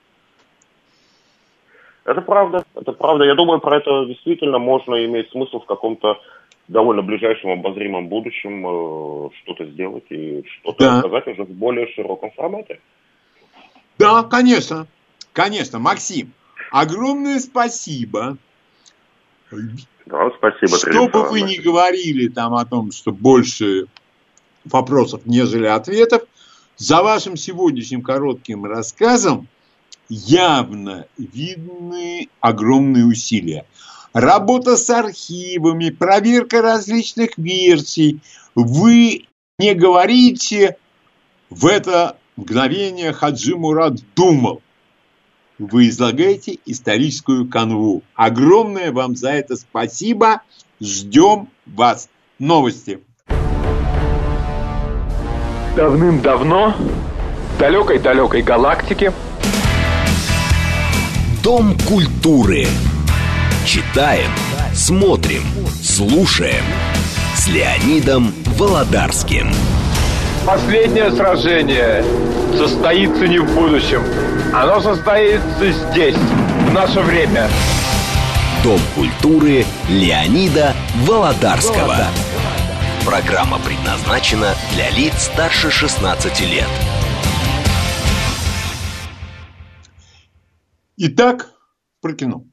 Speaker 4: Это правда, это правда. Я думаю, про это действительно можно иметь смысл в каком-то довольно ближайшем обозримом будущем что-то сделать и что-то рассказать уже в более широком формате.
Speaker 3: Да, конечно. Конечно, Максим, огромное спасибо.
Speaker 4: Да, спасибо.
Speaker 3: Что бы вы ни говорили там о том, что больше вопросов, нежели ответов, за вашим сегодняшним коротким рассказом явно видны огромные усилия. Работа с архивами, проверка различных версий. Вы не говорите в это мгновение Хаджи Мурат думал. Вы излагаете историческую канву. Огромное вам за это спасибо. Ждем вас. Новости.
Speaker 1: Давным-давно в далекой-далекой галактике
Speaker 2: Дом культуры. Читаем, смотрим, слушаем с Леонидом Володарским.
Speaker 1: последнее сражение состоится не в будущем. Оно состоится здесь, в наше время.
Speaker 2: Дом культуры Леонида Володарского. Программа предназначена для лиц старше 16 лет.
Speaker 3: Итак, про кино.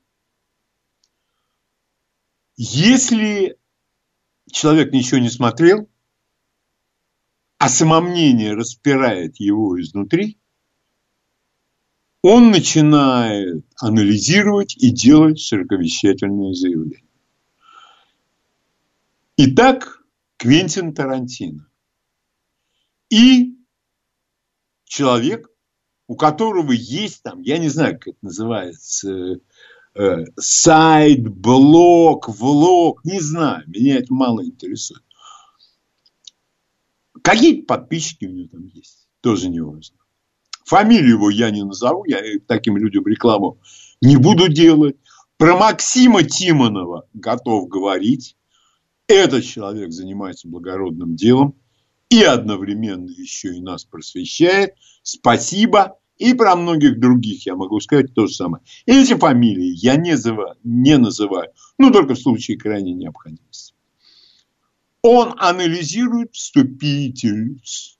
Speaker 3: Если человек ничего не смотрел, а самомнение распирает его изнутри, он начинает анализировать и делать широковещательные заявления. Итак, Квентин Тарантино. И человек, у которого есть там, я не знаю, как это называется, сайт, блог, влог, не знаю, меня это мало интересует. Какие подписчики у него там есть, тоже не важно. Фамилию его я не назову, я таким людям рекламу не буду делать. Про Максима Тимонова готов говорить. Этот человек занимается благородным делом и одновременно еще и нас просвещает. Спасибо. И про многих других я могу сказать то же самое. Эти фамилии я не называю, но только в случае крайней необходимости. Он анализирует вступительную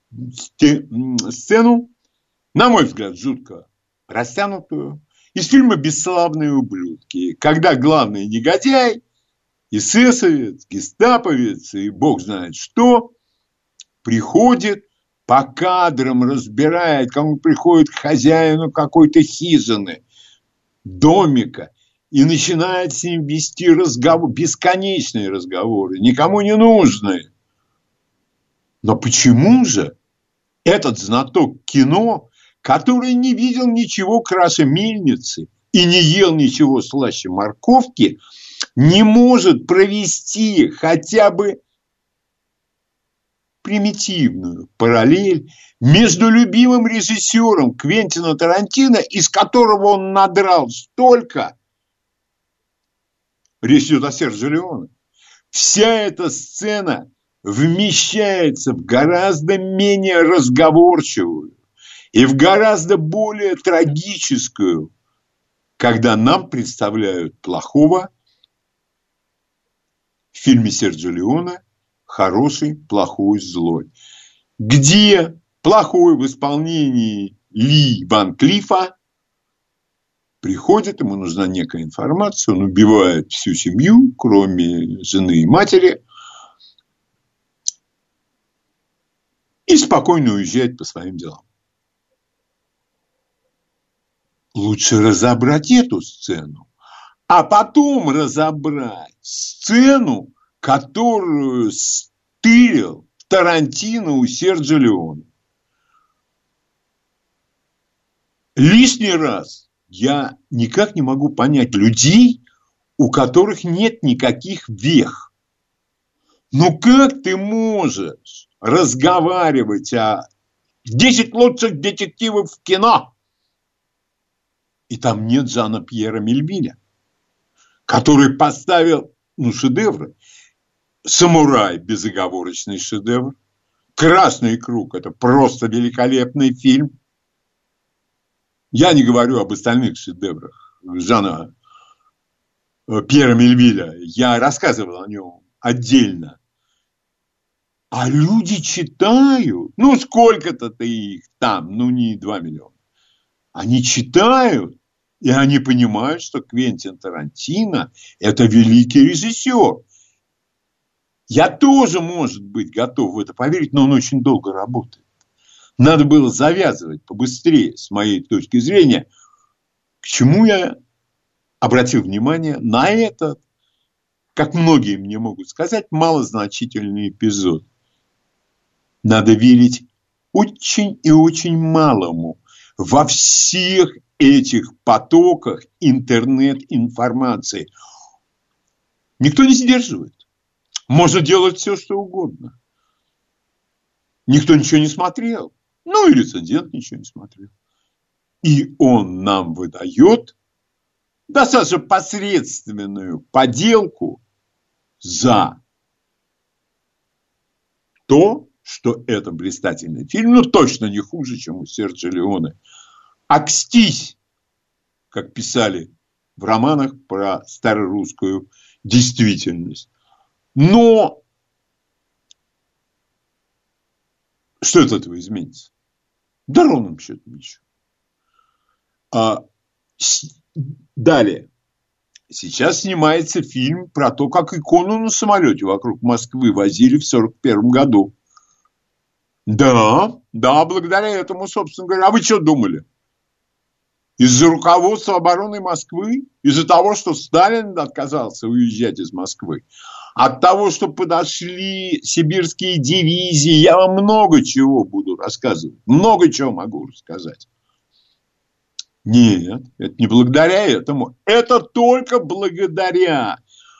Speaker 3: сцену, на мой взгляд, жутко растянутую, из фильма «Бесславные ублюдки», когда главный негодяй, эсэсовец, гестаповец и бог знает что, приходит по кадрам, разбирает, как он приходит к хозяину какой-то хижины, домика, и начинает с ним вести разговор, бесконечные разговоры, никому не нужные. Но почему же этот знаток кино, который не видел ничего краше мельницы и не ел ничего слаще морковки, не может провести хотя бы примитивную параллель между любимым режиссером Квентина Тарантино, из которого он надрал столько, речь идет о Серджио Леоне, вся эта сцена вмещается в гораздо менее разговорчивую и в гораздо более трагическую, когда нам представляют плохого в фильме Серджио Леоне «Хороший, плохой, злой», где плохой в исполнении Ли Ван Клифа приходит, ему нужна некая информация, он убивает всю семью, кроме жены и матери, и спокойно уезжает по своим делам. Лучше разобрать эту сцену, а потом разобрать сцену, которую стырил Тарантино у Серджио Леоне. Лишний раз я никак не могу понять людей, у которых нет никаких вех. Ну как ты можешь разговаривать о 10 лучших детективов в кино? И там нет Жана-Пьера Мельвиля, который поставил, шедевры. «Самурай» – безоговорочный шедевр. «Красный круг» – это просто великолепный фильм. Я не говорю об остальных шедеврах Жана Пьера Мельвиля. Я рассказывал о нем отдельно. А люди читают. Сколько-то их там, не 2 миллиона. Они читают, и они понимают, что Квентин Тарантино – это великий режиссер. Я тоже, может быть, готов в это поверить, но он очень долго работает. Надо было завязывать побыстрее, с моей точки зрения. К чему я обратил внимание на этот, как многие мне могут сказать, малозначительный эпизод. Надо верить очень и очень малому во всех этих потоках интернет-информации. Никто не сдерживает. Можно делать все, что угодно. Никто ничего не смотрел. И рецензент ничего не смотрел. И он нам выдает достаточно посредственную поделку за то, что это блистательный фильм, точно не хуже, чем у Серджио Леоне. Акстись, как писали в романах про старорусскую действительность. Но что от этого изменится? Да ровным счетом ничего. Далее. Сейчас снимается фильм про то, как икону на самолете вокруг Москвы возили в 1941 году. Да, благодаря этому, собственно говоря. А вы что думали? Из-за руководства обороны Москвы? Из-за того, что Сталин отказался уезжать из Москвы? От того, что подошли сибирские дивизии? Я вам много чего буду рассказывать. Много чего могу рассказать. Нет, это не благодаря этому. Это только благодаря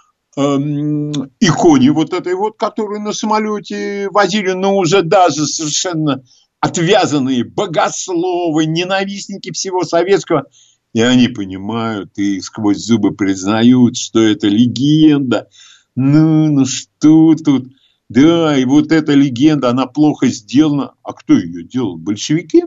Speaker 3: иконе вот этой вот, которую на самолете возили, но уже даже совершенно отвязанные богословы, ненавистники всего советского. И они понимают и сквозь зубы признают, что это легенда. Ну что тут? Да, и вот эта легенда, она плохо сделана. А кто ее делал? Большевики?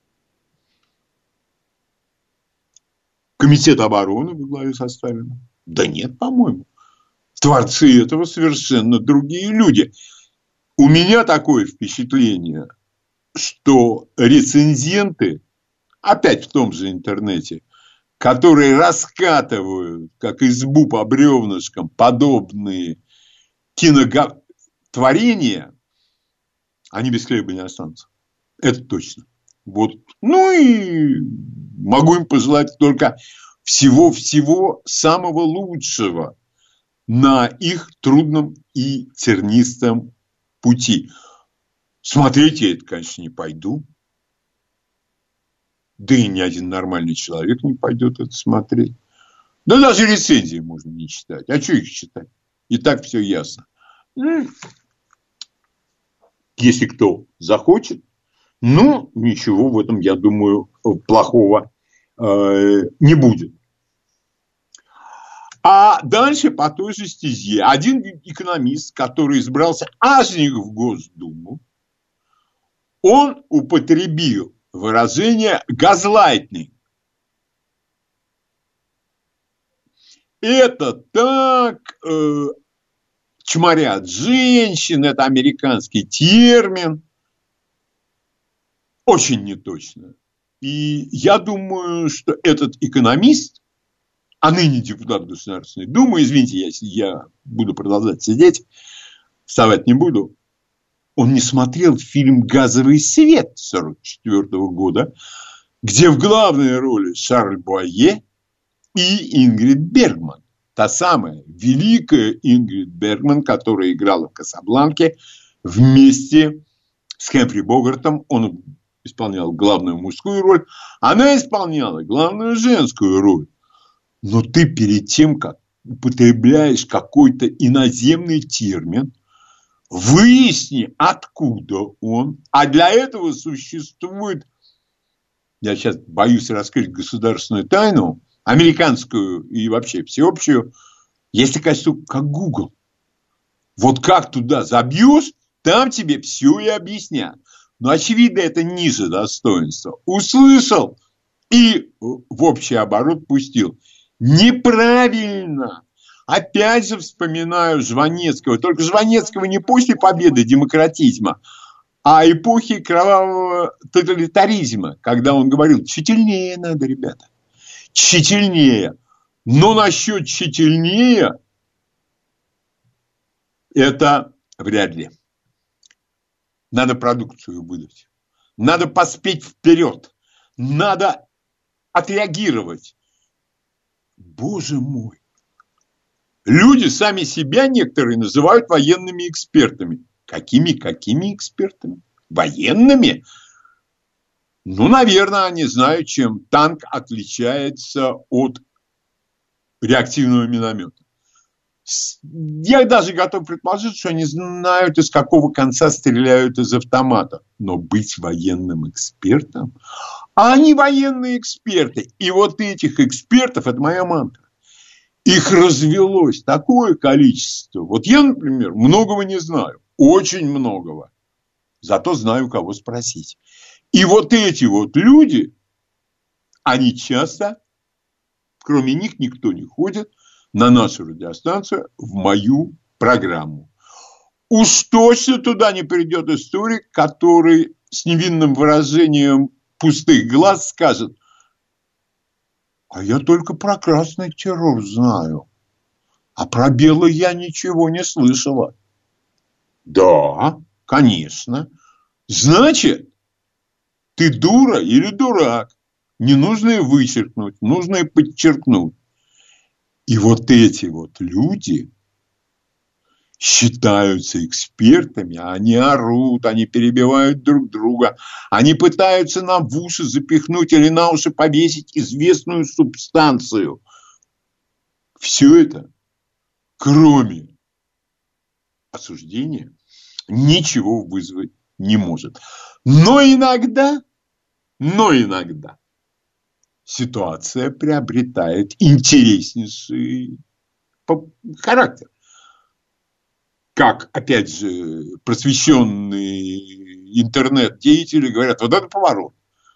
Speaker 3: Комитет обороны во главе со Сталиным? Да нет, по-моему. Творцы этого совершенно другие люди. У меня такое впечатление, что рецензенты, опять в том же интернете, которые раскатывают, как избу по бревнышкам, подобные кинотворения, они без хлеба не останутся. Это точно. Вот. Ну и могу им пожелать только всего-всего самого лучшего на их трудном и тернистом пути. Смотреть я это, конечно, не пойду. Да и ни один нормальный человек не пойдет это смотреть. Да даже рецензии можно не читать. А что их читать? И так все ясно. Если кто захочет, ну, ничего в этом, я думаю, плохого не будет. А дальше по той же стезе один экономист, который избрался аж в Госдуму, он употребил выражение «газлайтинг». Это так чморят женщин, это американский термин. Очень неточно. И я думаю, что этот экономист, а ныне депутат Государственной Думы, извините, если я буду продолжать сидеть, вставать не буду, он не смотрел фильм «Газовый свет» 1944 года, где в главной роли Шарль Буайе и Ингрид Бергман. Та самая великая Ингрид Бергман, которая играла в «Касабланке» вместе с Хэмфри Богартом. Он исполнял главную мужскую роль, она исполняла главную женскую роль. Но ты перед тем, как употребляешь какой-то иноземный термин, выясни, откуда он. А для этого существует, я сейчас боюсь раскрыть государственную тайну, американскую и вообще всеобщую, есть такая штука, как Google. Вот как туда забьешь, там тебе все и объяснят. Но, очевидно, это ниже достоинства. Услышал и в общий оборот пустил. Неправильно. Опять же вспоминаю Жванецкого. Только Жванецкого не после победы демократизма, а эпохи кровавого тоталитаризма, когда он говорил, тщательнее надо, ребята. Тщательнее. Но насчет тщательнее это вряд ли. Надо продукцию выдать. Надо поспеть вперед. Надо отреагировать. Боже мой. Люди сами себя некоторые называют военными экспертами. Какими экспертами? Военными? Ну, наверное, они знают, чем танк отличается от реактивного миномета. Я даже готов предположить, что они знают, из какого конца стреляют из автомата. Но быть военным экспертом? А они военные эксперты. И вот этих экспертов, это моя мантра, их развелось такое количество. Вот я, например, многого не знаю. Очень многого. Зато знаю, кого спросить. И вот эти вот люди, они часто, кроме них никто не ходит на нашу радиостанцию в мою программу. Уж точно туда не придет историк, который с невинным выражением пустых глаз скажет: а я только про красный террор знаю, а про белый я ничего не слышала. Да, конечно. Значит, ты дура или дурак. Не нужно и вычеркнуть, нужно и подчеркнуть. И вот эти вот люди, считаются экспертами, они орут, они перебивают друг друга, они пытаются нам в уши запихнуть или на уши повесить известную субстанцию. Все это, кроме осуждения, ничего вызвать не может. Но иногда ситуация приобретает интереснейший характер. Как, опять же, просвещенные интернет-деятели говорят, вот это поворот.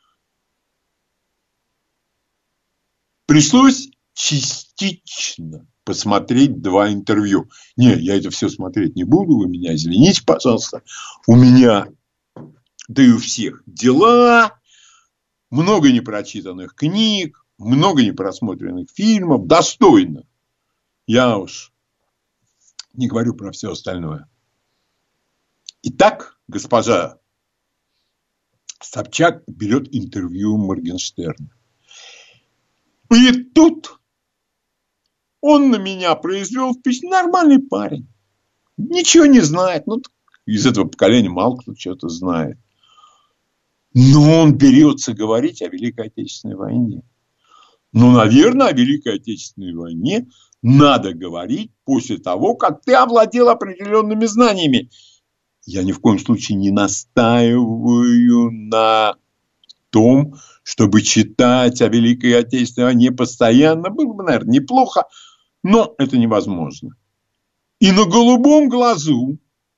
Speaker 3: Пришлось частично посмотреть 2 интервью. Не, я это все смотреть не буду, вы меня извините, пожалуйста. У меня, да и у всех дела, много непрочитанных книг, много непросмотренных фильмов, достойно. Я уж не говорю про все остальное. Итак, госпожа Собчак берет интервью Моргенштерна. И тут он на меня произвел впечатление. Нормальный парень. Ничего не знает. Ну, из этого поколения мало кто что-то знает. Но он берется говорить о Великой Отечественной войне. Ну, наверное, о Великой Отечественной войне надо говорить после того, как ты овладел определенными знаниями. Я ни в коем случае не настаиваю на том, чтобы читать о Великой Отечественной войне постоянно. Было бы, наверное, неплохо, но это невозможно. И на голубом глазу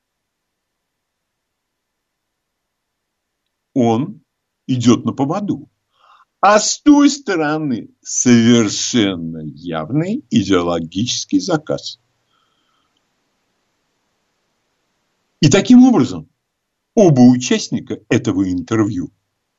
Speaker 3: он идет на поводу. А с той стороны совершенно явный идеологический заказ. И таким образом оба участника этого интервью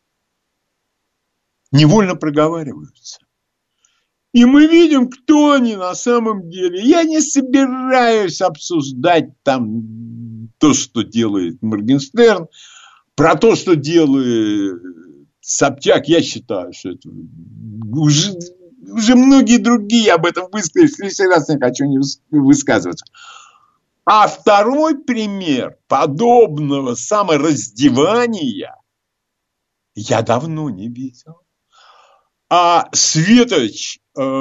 Speaker 3: невольно проговариваются. И мы видим, кто они на самом деле. Я не собираюсь обсуждать там то, что делает Моргенштерн, про то, что делает Собчак. Я считаю, что это уже многие другие об этом высказались. Лишний раз не хочу не высказываться. А второй пример подобного самораздевания я давно не видел. А светоч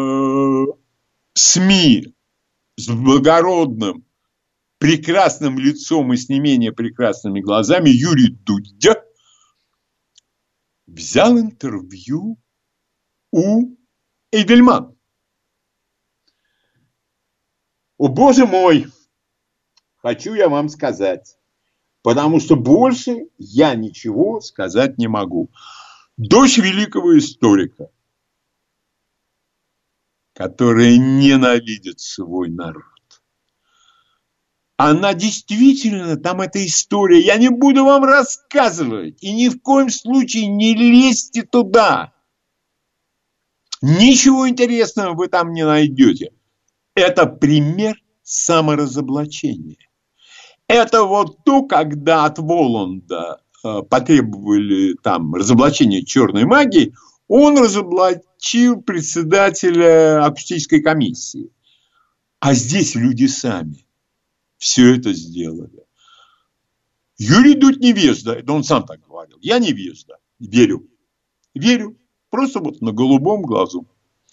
Speaker 3: СМИ с благородным, прекрасным лицом и с не менее прекрасными глазами Юрий Дудя взял интервью у Эйдельмана. О, боже мой, хочу я вам сказать, потому что больше я ничего сказать не могу. Дочь великого историка, которая ненавидит свой народ. Она действительно, там эта история, я не буду вам рассказывать, и ни в коем случае не лезьте туда. Ничего интересного вы там не найдете. Это пример саморазоблачения. Это вот то, когда от Воланда потребовали там разоблачения черной магии, он разоблачил председателя акустической комиссии. А здесь люди сами все это сделали. Юрий Дудь невежда, это он сам так говорил. Я невежда, верю. Верю, просто вот на голубом глазу.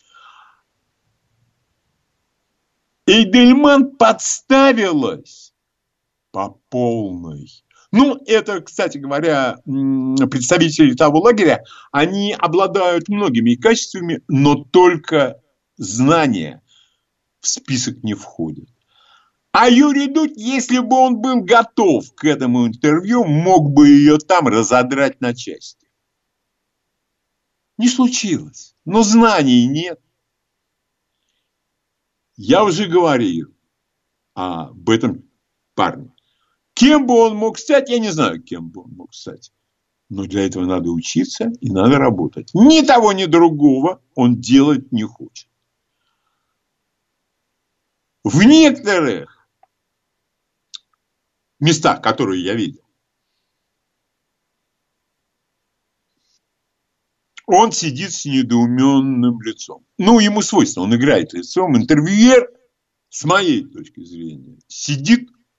Speaker 3: Эйдельман подставилась по полной. Ну, это, кстати говоря, представители того лагеря, они обладают многими качествами, но только знания в список не входят. А Юрий Дудь, если бы он был готов к этому интервью, мог бы ее там разодрать на части. Не случилось, но знаний нет. Я уже говорил об этом парне. Кем бы он мог стать, я не знаю, кем бы он мог стать. Но для этого надо учиться и надо работать. Ни того, ни другого он делать не хочет. В некоторых местах, которые я видел, он сидит с недоуменным лицом. Ну, ему свойственно, он играет лицом. Интервьюер, с моей точки зрения, сидит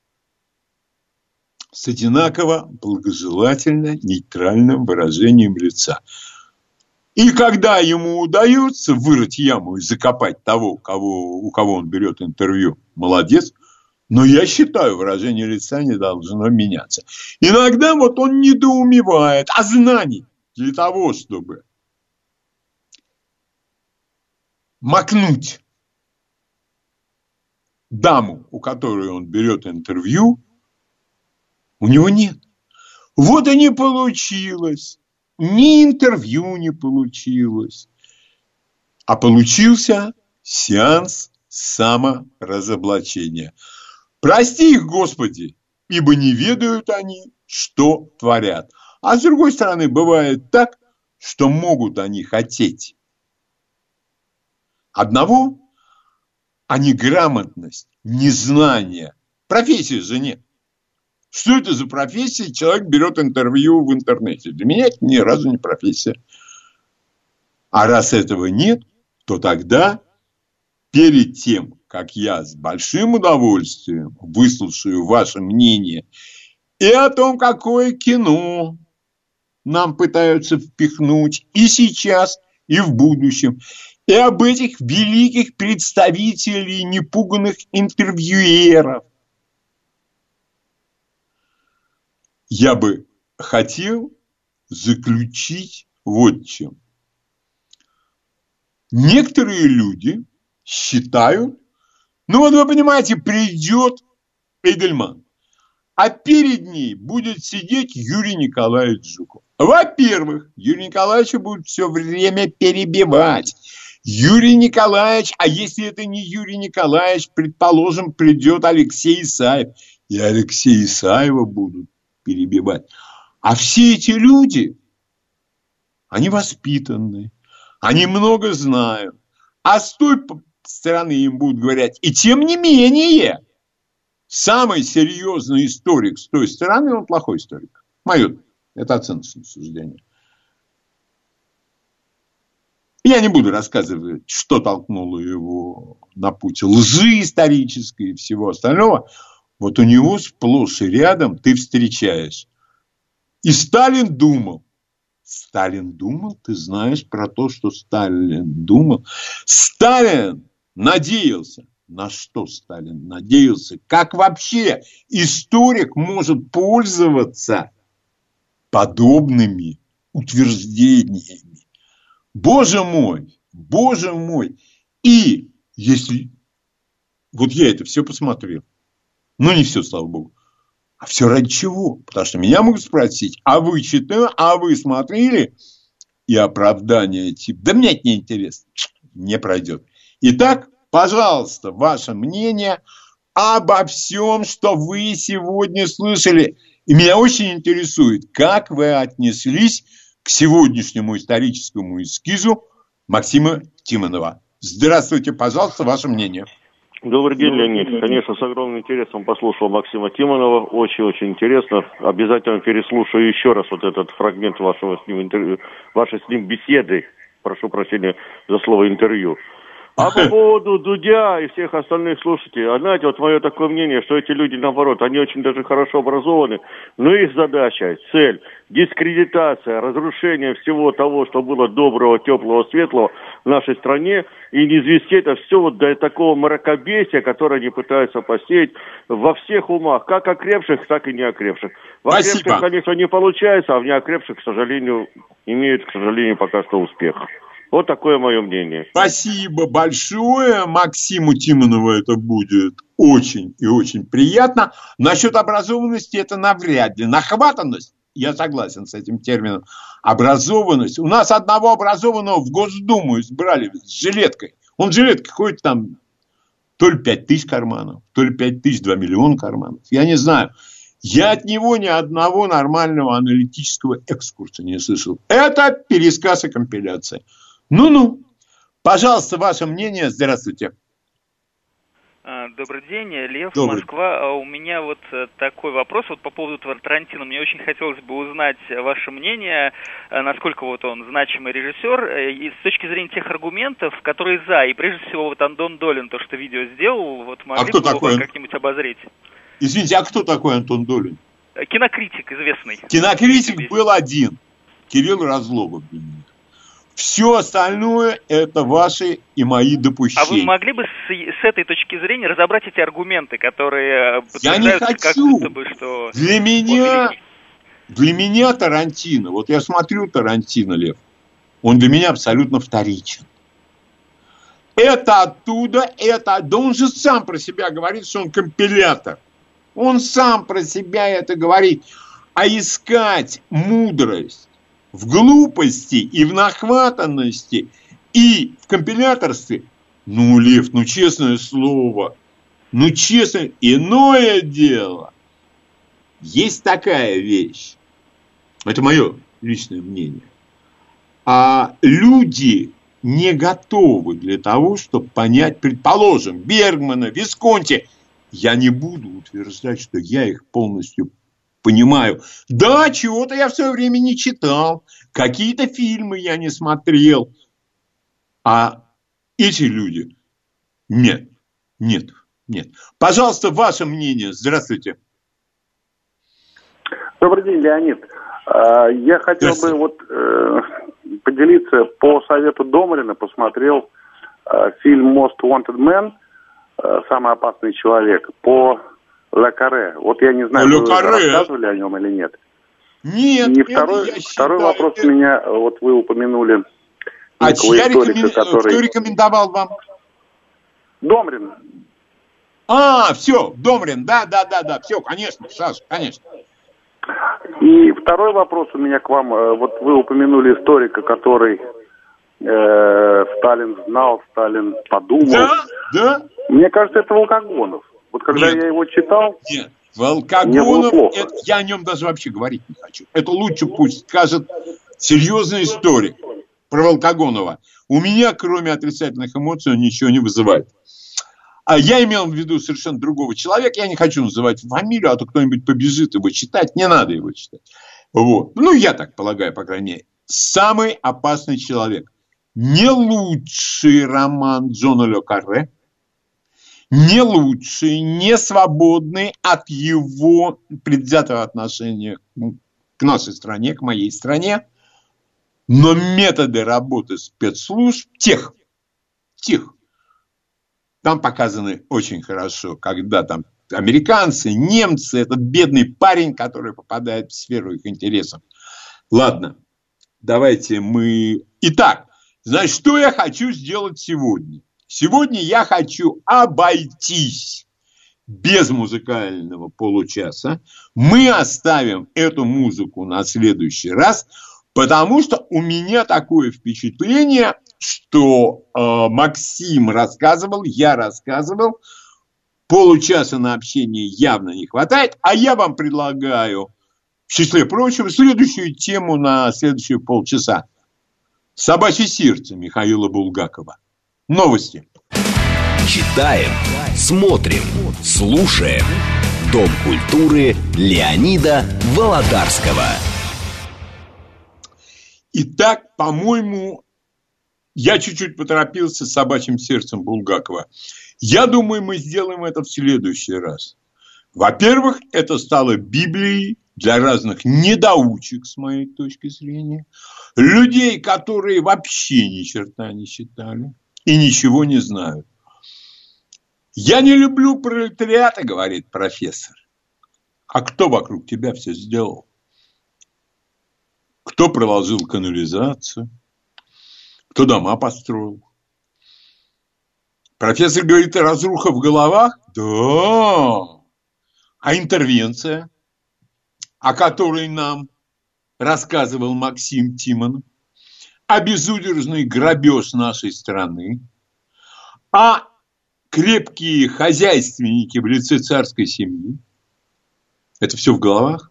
Speaker 3: с одинаково благожелательно нейтральным выражением лица. И когда ему удается вырыть яму и закопать того, у кого он берет интервью, молодец. Но я считаю, выражение лица не должно меняться. Иногда вот он недоумевает, а знаний для того, чтобы макнуть даму, у которой он берет интервью, у него нет. Вот и не получилось. Ни интервью не получилось. А получился сеанс саморазоблачения. Прости их, Господи, ибо не ведают они, что творят. А с другой стороны, бывает так, что могут они хотеть одного, а неграмотность, незнание. Профессии же нет. Что это за профессия? Человек берет интервью в интернете. Для меня это ни разу не профессия. А раз этого нет, то тогда перед тем, как я с большим удовольствием выслушаю ваше мнение и о том, какое кино нам пытаются впихнуть и сейчас, и в будущем, и об этих великих представителей непуганных интервьюеров, я бы хотел заключить вот чем. Некоторые люди считают, ну вот вы понимаете, придет Эйдельман, а перед ней будет сидеть Юрий Николаевич Жуков. Во-первых, Юрий Николаевич будет все время перебивать. Юрий Николаевич, а если это не Юрий Николаевич, предположим, придет Алексей Исаев, и Алексея Исаева будут перебивать. А все эти люди, они воспитанные, они много знают. А с той стороны им будут говорить, и тем не менее, самый серьезный историк с той стороны, он плохой историк. Мое, это оценочное суждение. Я не буду рассказывать, что толкнуло его на путь лжи исторической и всего остального. Вот у него сплошь и рядом ты встречаешь. И Сталин думал. Сталин думал? Ты знаешь про то, что Сталин думал? Сталин надеялся. На что Сталин надеялся? Как вообще историк может пользоваться подобными утверждениями? Боже мой, Боже мой. И если... Вот я это все посмотрел. Ну, не все, слава богу. А все ради чего? Потому что меня могут спросить, а вы читали, а вы смотрели? И оправдание типа, да мне это не интересно. Не пройдет. Итак, пожалуйста, ваше мнение обо всем, что вы сегодня слышали. И меня очень интересует, как вы отнеслись к сегодняшнему историческому эскизу Максима Тимонова. Здравствуйте, пожалуйста, ваше мнение.
Speaker 5: Добрый день, Леонид. Конечно, с огромным интересом послушал Максима Тимонова. Очень-очень интересно. Обязательно переслушаю еще раз вот этот фрагмент вашего с ним интервью, вашей с ним беседы. Прошу прощения за слово интервью. А по поводу Дудя и всех остальных слушателей, знаете, вот мое такое мнение, что эти люди, наоборот, они очень даже хорошо образованы, но их задача, цель, дискредитация, разрушение всего того, что было доброго, теплого, светлого в нашей стране, и не извести это все вот до такого мракобесия, которое они пытаются посеять во всех умах, как окрепших, так и неокрепших. В окрепших, конечно, не получается, а в неокрепших, к сожалению, имеют, к сожалению, пока что успех. Вот такое мое мнение.
Speaker 3: Спасибо большое. Максиму Тимонову это будет очень и очень приятно. Насчет образованности это навряд ли. Нахватанность, я согласен с этим термином. Образованность. У нас одного образованного в Госдуму избрали с жилеткой. Он с жилеткой ходит там то ли 5 тысяч карманов, то ли 5 тысяч, 2 миллиона карманов. Я не знаю. Я от него ни одного нормального аналитического экскурса не слышал. Это пересказ и компиляция. Ну-ну. Пожалуйста, ваше мнение. Здравствуйте.
Speaker 6: Добрый день, Лев,
Speaker 3: Добрый.
Speaker 6: Москва. У меня вот такой вопрос вот по поводу Тарантино. Мне очень хотелось бы узнать ваше мнение, насколько вот он значимый режиссер, и с точки зрения тех аргументов, которые за. И прежде всего вот Антон Долин, то, что видео сделал, вот могли бы его как-нибудь обозреть.
Speaker 3: Извините, а кто такой Антон Долин?
Speaker 6: Кинокритик известный.
Speaker 3: Кинокритик был один. Кирилл Разлогов. Все остальное – это ваши и мои допущения.
Speaker 6: А вы могли бы с этой точки зрения разобрать эти аргументы, которые
Speaker 3: я не хочу.
Speaker 6: Как будто бы, что...
Speaker 3: Для меня Тарантино, вот я смотрю Тарантино, Лев, он для меня абсолютно вторичен. Это оттуда, да он же сам про себя говорит, что он компилятор. Он сам про себя это говорит. А искать мудрость в глупости и в нахватанности и в компиляторстве, Лев, честное слово, честно, иное дело. Есть такая вещь, это мое личное мнение, а люди не готовы для того, чтобы понять, предположим, Бергмана, Висконти. Я не буду утверждать, что я их полностью понимаю. Да, чего-то я в свое время не читал, какие-то фильмы я не смотрел. А эти люди, нет. Пожалуйста, ваше мнение. Здравствуйте.
Speaker 7: Добрый день, Леонид. Я хотел бы поделиться по совету Домрина, посмотрел фильм «Most Wanted Man», «Самый опасный человек», по Ле Карре. Вот я не знаю, вы рассказывали о нем или нет.
Speaker 3: Нет.
Speaker 7: И второй вопрос у меня, вот вы упомянули историка,
Speaker 3: кто рекомендовал вам?
Speaker 7: Домрин.
Speaker 3: Все, Домрин, да, все, конечно, Саша, конечно.
Speaker 7: И второй вопрос у меня к вам. Вот вы упомянули историка, который Сталин знал, Сталин подумал.
Speaker 3: Да.
Speaker 7: Мне кажется, это Волкогонов. Вот когда я его читал...
Speaker 3: Нет, Волкогонов, я о нем даже вообще говорить не хочу. Это лучше пусть скажет серьезный историк про Волкогонова. У меня, кроме отрицательных эмоций, он ничего не вызывает. А я имел в виду совершенно другого человека. Я не хочу называть фамилию, а то кто-нибудь побежит его читать. Не надо его читать. Вот. Я так полагаю, по крайней мере. Самый опасный человек. Не лучший роман Джона Ле Карре. Не лучший, не свободный от его предвзятого отношения к нашей стране, к моей стране. Но методы работы спецслужб тех. Там показаны очень хорошо, когда там американцы, немцы, этот бедный парень, который попадает в сферу их интересов. Ладно, давайте мы... Итак, значит, что я хочу сделать сегодня? Сегодня я хочу обойтись без музыкального получаса. Мы оставим эту музыку на следующий раз, потому что у меня такое впечатление, что Максим рассказывал, я рассказывал, получаса на общение явно не хватает, а я вам предлагаю, в числе прочего, следующую тему на следующие полчаса. «Собачье сердце» Михаила Булгакова. Новости.
Speaker 2: Читаем, смотрим, слушаем. Дом культуры Леонида Володарского.
Speaker 3: Итак, по-моему, я чуть-чуть поторопился с «Собачьим сердцем» Булгакова. Я думаю, мы сделаем это в следующий раз. Во-первых, это стало Библией для разных недоучек, с моей точки зрения. Людей, которые вообще ни черта не читали и ничего не знают. Я не люблю пролетариата, говорит профессор. А кто вокруг тебя все сделал? Кто проложил канализацию? Кто дома построил? Профессор говорит, разруха в головах? Да. А интервенция, о которой нам рассказывал Максим Тимонов? А безудержный грабеж нашей страны? А крепкие хозяйственники в лице царской семьи? Это все в головах?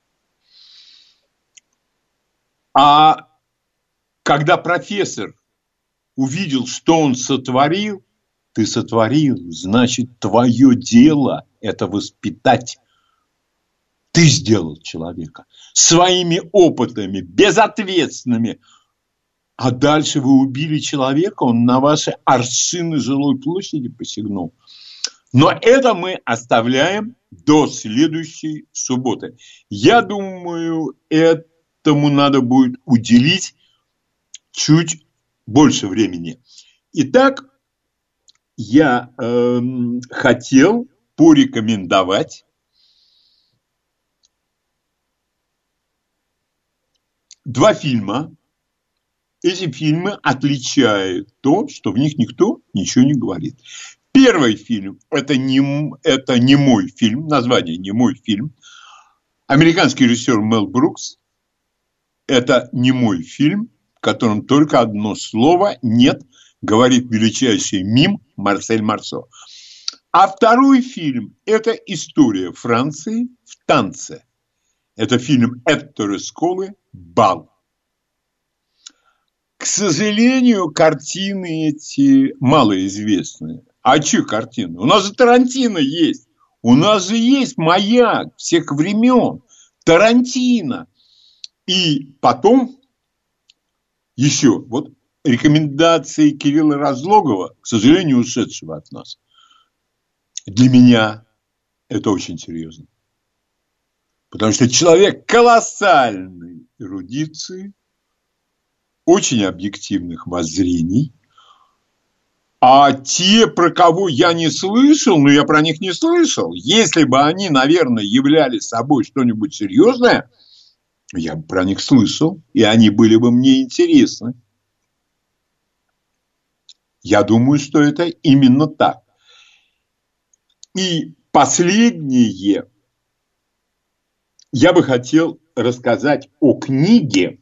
Speaker 3: А когда профессор увидел, что он сотворил, ты сотворил, значит, твое дело – это воспитать. Ты сделал человека своими опытами, безответственными. А дальше вы убили человека, он на ваши аршины жилой площади посягнул. Но это мы оставляем до следующей субботы. Я думаю, этому надо будет уделить чуть больше времени. Итак, я хотел порекомендовать два фильма. Эти фильмы отличают то, что в них никто ничего не говорит. Первый фильм – это не мой фильм, название не мой фильм. Американский режиссер Мел Брукс. Это не мой фильм, в котором только одно слово «нет», говорит величайший мим Марсель Марсо. А второй фильм – это история Франции в танце. Это фильм Ettore Scola «Бал». К сожалению, картины эти малоизвестны. А что картины? У нас же Тарантино есть. У нас же есть «Маяк» всех времен. Тарантино. И потом еще вот рекомендации Кирилла Разлогова, к сожалению, ушедшего от нас. Для меня это очень серьезно. Потому что человек колоссальной эрудиции, очень объективных воззрений. А те, про кого я не слышал, но я про них не слышал, если бы они, наверное, являли собой что-нибудь серьезное, я бы про них слышал, и они были бы мне интересны. Я думаю, что это именно так. И последнее я бы хотел рассказать о книге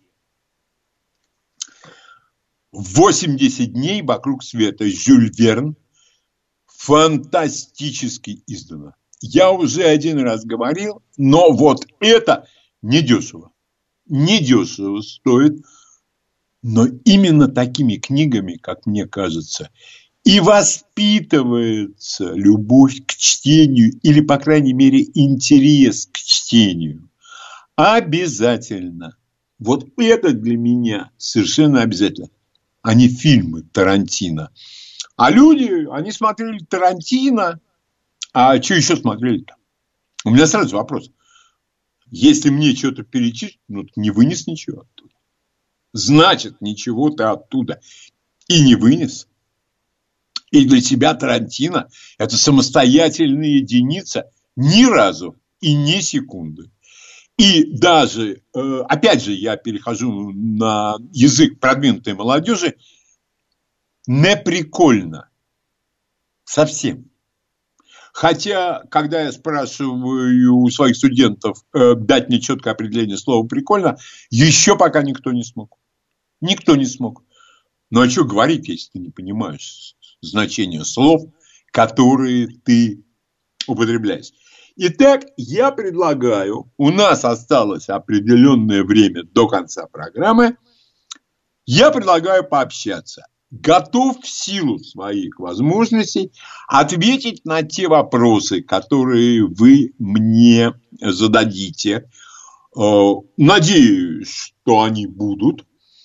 Speaker 3: «80 дней вокруг света» Жюль Верн, фантастически издана. Я уже один раз говорил, но вот это недешево. Недешево стоит, но именно такими книгами, как мне кажется, и воспитывается любовь к чтению или, по крайней мере, интерес к чтению. Обязательно. Вот это для меня совершенно обязательно. А не фильмы Тарантино. А люди, они смотрели Тарантино. А что еще смотрели-то? У меня сразу вопрос. Если мне что-то перечислить, ну, ты не вынес ничего оттуда. Значит, ничего ты оттуда и не вынес. И для тебя Тарантино – это самостоятельная единица ни разу и ни секунды. И даже, опять же, я перехожу на язык продвинутой молодежи, не прикольно. Совсем. Хотя, когда я спрашиваю у своих студентов дать мне четкое определение слова «прикольно», еще пока никто не смог. Никто не смог. Ну, а что говорить, если ты не понимаешь значение слов, которые ты употребляешь? Итак, я предлагаю, у нас осталось определенное время до конца программы, я предлагаю пообщаться. Готов в силу своих возможностей ответить на те вопросы, которые вы мне зададите. Надеюсь, что они будут.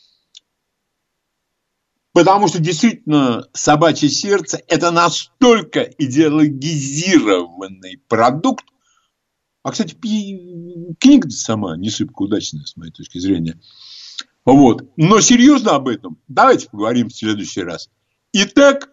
Speaker 3: Потому что действительно «Собачье сердце» – это настолько идеологизированный продукт. А, кстати, книга сама не шибко удачная, с моей точки зрения. Вот. Но серьезно об этом давайте поговорим в следующий раз. Итак,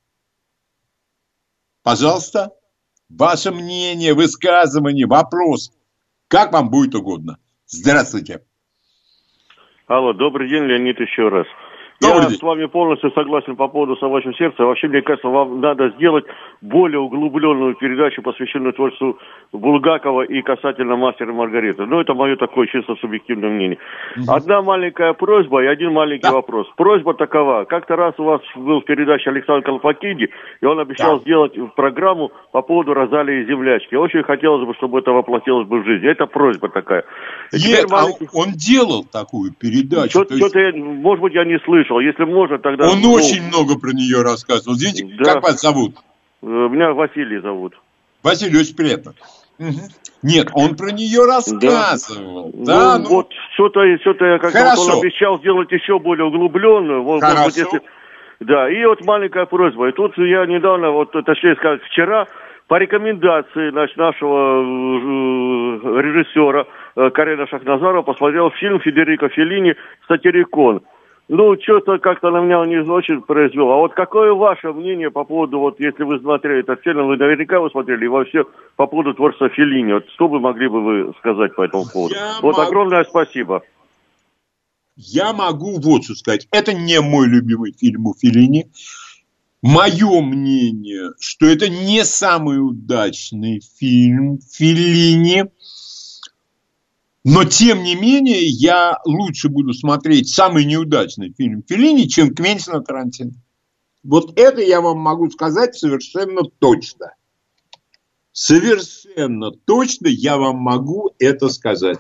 Speaker 3: пожалуйста, ваше мнение, высказывание, вопрос. Как вам будет угодно. Здравствуйте.
Speaker 5: Алло, добрый день, Леонид, еще раз. Я с вами полностью согласен по поводу «Собачьего сердца». Вообще, мне кажется, вам надо сделать более углубленную передачу, посвященную творчеству Булгакова и касательно «Мастера и Маргариты». Но это мое такое чисто субъективное мнение. Одна маленькая просьба и один маленький вопрос. Просьба такова. Как-то раз у вас был в передаче Александр Колпакиди, и он обещал сделать программу по поводу Розалии и землячки. Очень хотелось бы, чтобы это воплотилось бы в жизнь. Это просьба такая.
Speaker 3: Нет, он делал такую передачу.
Speaker 5: Что-то, может быть, я не слышал. Если можно, тогда...
Speaker 3: Он очень много про нее рассказывал. Извините, как вас зовут?
Speaker 5: Меня Василий зовут.
Speaker 3: Василий, очень приятно. Нет, он про нее рассказывал.
Speaker 5: Да, вот что-то я как-то он обещал сделать еще более углубленную.
Speaker 3: Хорошо.
Speaker 5: Да, и вот маленькая просьба. И тут я недавно, точнее сказать, вчера по рекомендации нашего режиссера Карена Шахназарова посмотрел фильм Федерико Феллини «Сатирикон». Ну, что-то как-то на меня не очень произвело. А вот какое ваше мнение по поводу, вот если вы смотрели этот фильм, вы наверняка его смотрели, и вообще по поводу творчества Феллини, вот что могли бы вы сказать по этому поводу? Огромное спасибо.
Speaker 3: Я могу вот что сказать. Это не мой любимый фильм у Феллини. Мое мнение, что это не самый удачный фильм Феллини. Но, тем не менее, я лучше буду смотреть самый неудачный фильм Феллини, чем Квентина Тарантино. Вот это я вам могу сказать совершенно точно. Совершенно точно я вам могу это сказать.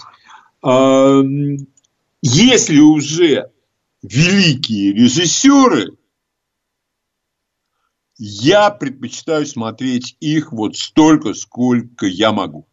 Speaker 3: Если уже великие режиссеры, я предпочитаю смотреть их вот столько, сколько я могу.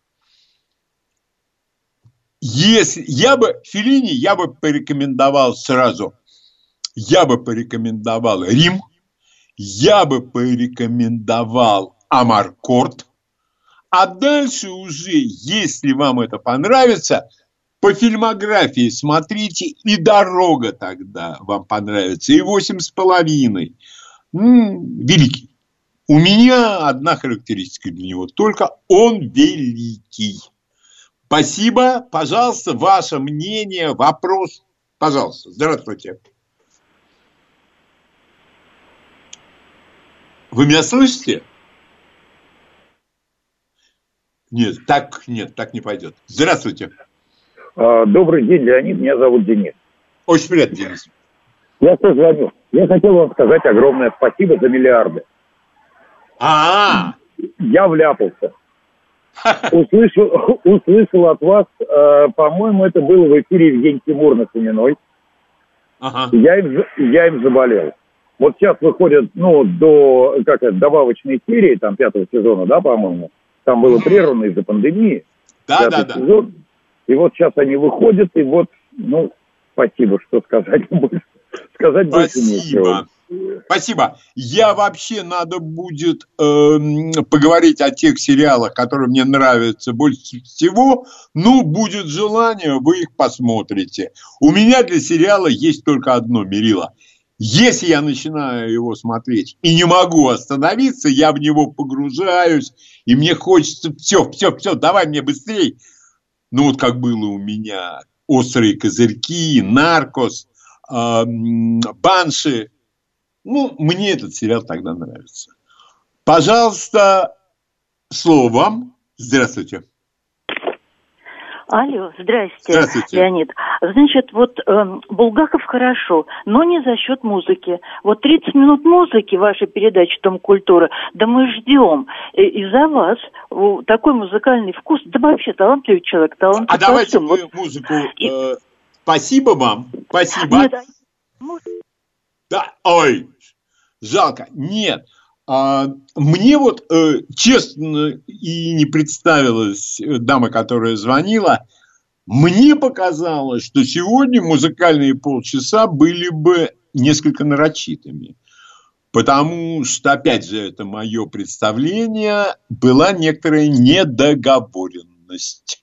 Speaker 3: Если Феллини я бы порекомендовал сразу. Я бы порекомендовал Рим. Я бы порекомендовал Амаркорд. А дальше уже, если вам это понравится, по фильмографии смотрите, и «Дорога» тогда вам понравится, и «8,5». Великий. У меня одна характеристика для него. Только он великий. Спасибо. Пожалуйста, ваше мнение, вопрос. Пожалуйста. Здравствуйте. Вы меня слышите? Нет, так не пойдет. Здравствуйте.
Speaker 8: Добрый день, Леонид. Меня зовут Денис.
Speaker 3: Очень приятно, Денис.
Speaker 8: Я что звоню? Я хотел вам сказать огромное спасибо за миллиарды. Я вляпался. Услышал от вас, по-моему, это было в эфире Евгений Тимур на Фоминой. Я им заболел. Вот сейчас выходят, добавочные серии, там, 5-го сезона, да, по-моему. Там было прервано из-за пандемии.
Speaker 3: Да.
Speaker 8: И вот сейчас они выходят, и вот, спасибо, что сказать больше. Сказать больше нечего.
Speaker 3: Спасибо. Я вообще надо будет поговорить о тех сериалах, которые мне нравятся больше всего. Будет желание, вы их посмотрите. У меня для сериала есть только одно мерило. Если я начинаю его смотреть и не могу остановиться, я в него погружаюсь, и мне хочется все, давай мне быстрее. Как было у меня «Острые козырьки», «Наркос», «Банши». Мне этот сериал тогда нравится. Пожалуйста, слово вам. Здравствуйте.
Speaker 9: Алло,
Speaker 3: Здравствуйте.
Speaker 9: Леонид. Значит, Булгаков хорошо, но не за счет музыки. 30 минут музыки вашей передачи «Дом культуры», да мы ждем из-за вас такой музыкальный вкус, да вообще талантливый человек, талантливый.
Speaker 3: А давайте мы музыку... Спасибо вам, спасибо.
Speaker 9: Нет,
Speaker 3: да, ой, жалко. Нет, мне честно и не представилась дама, которая звонила, мне показалось, что сегодня музыкальные полчаса были бы несколько нарочитыми. Потому что, опять же, это мое представление, была некоторая недоговоренность.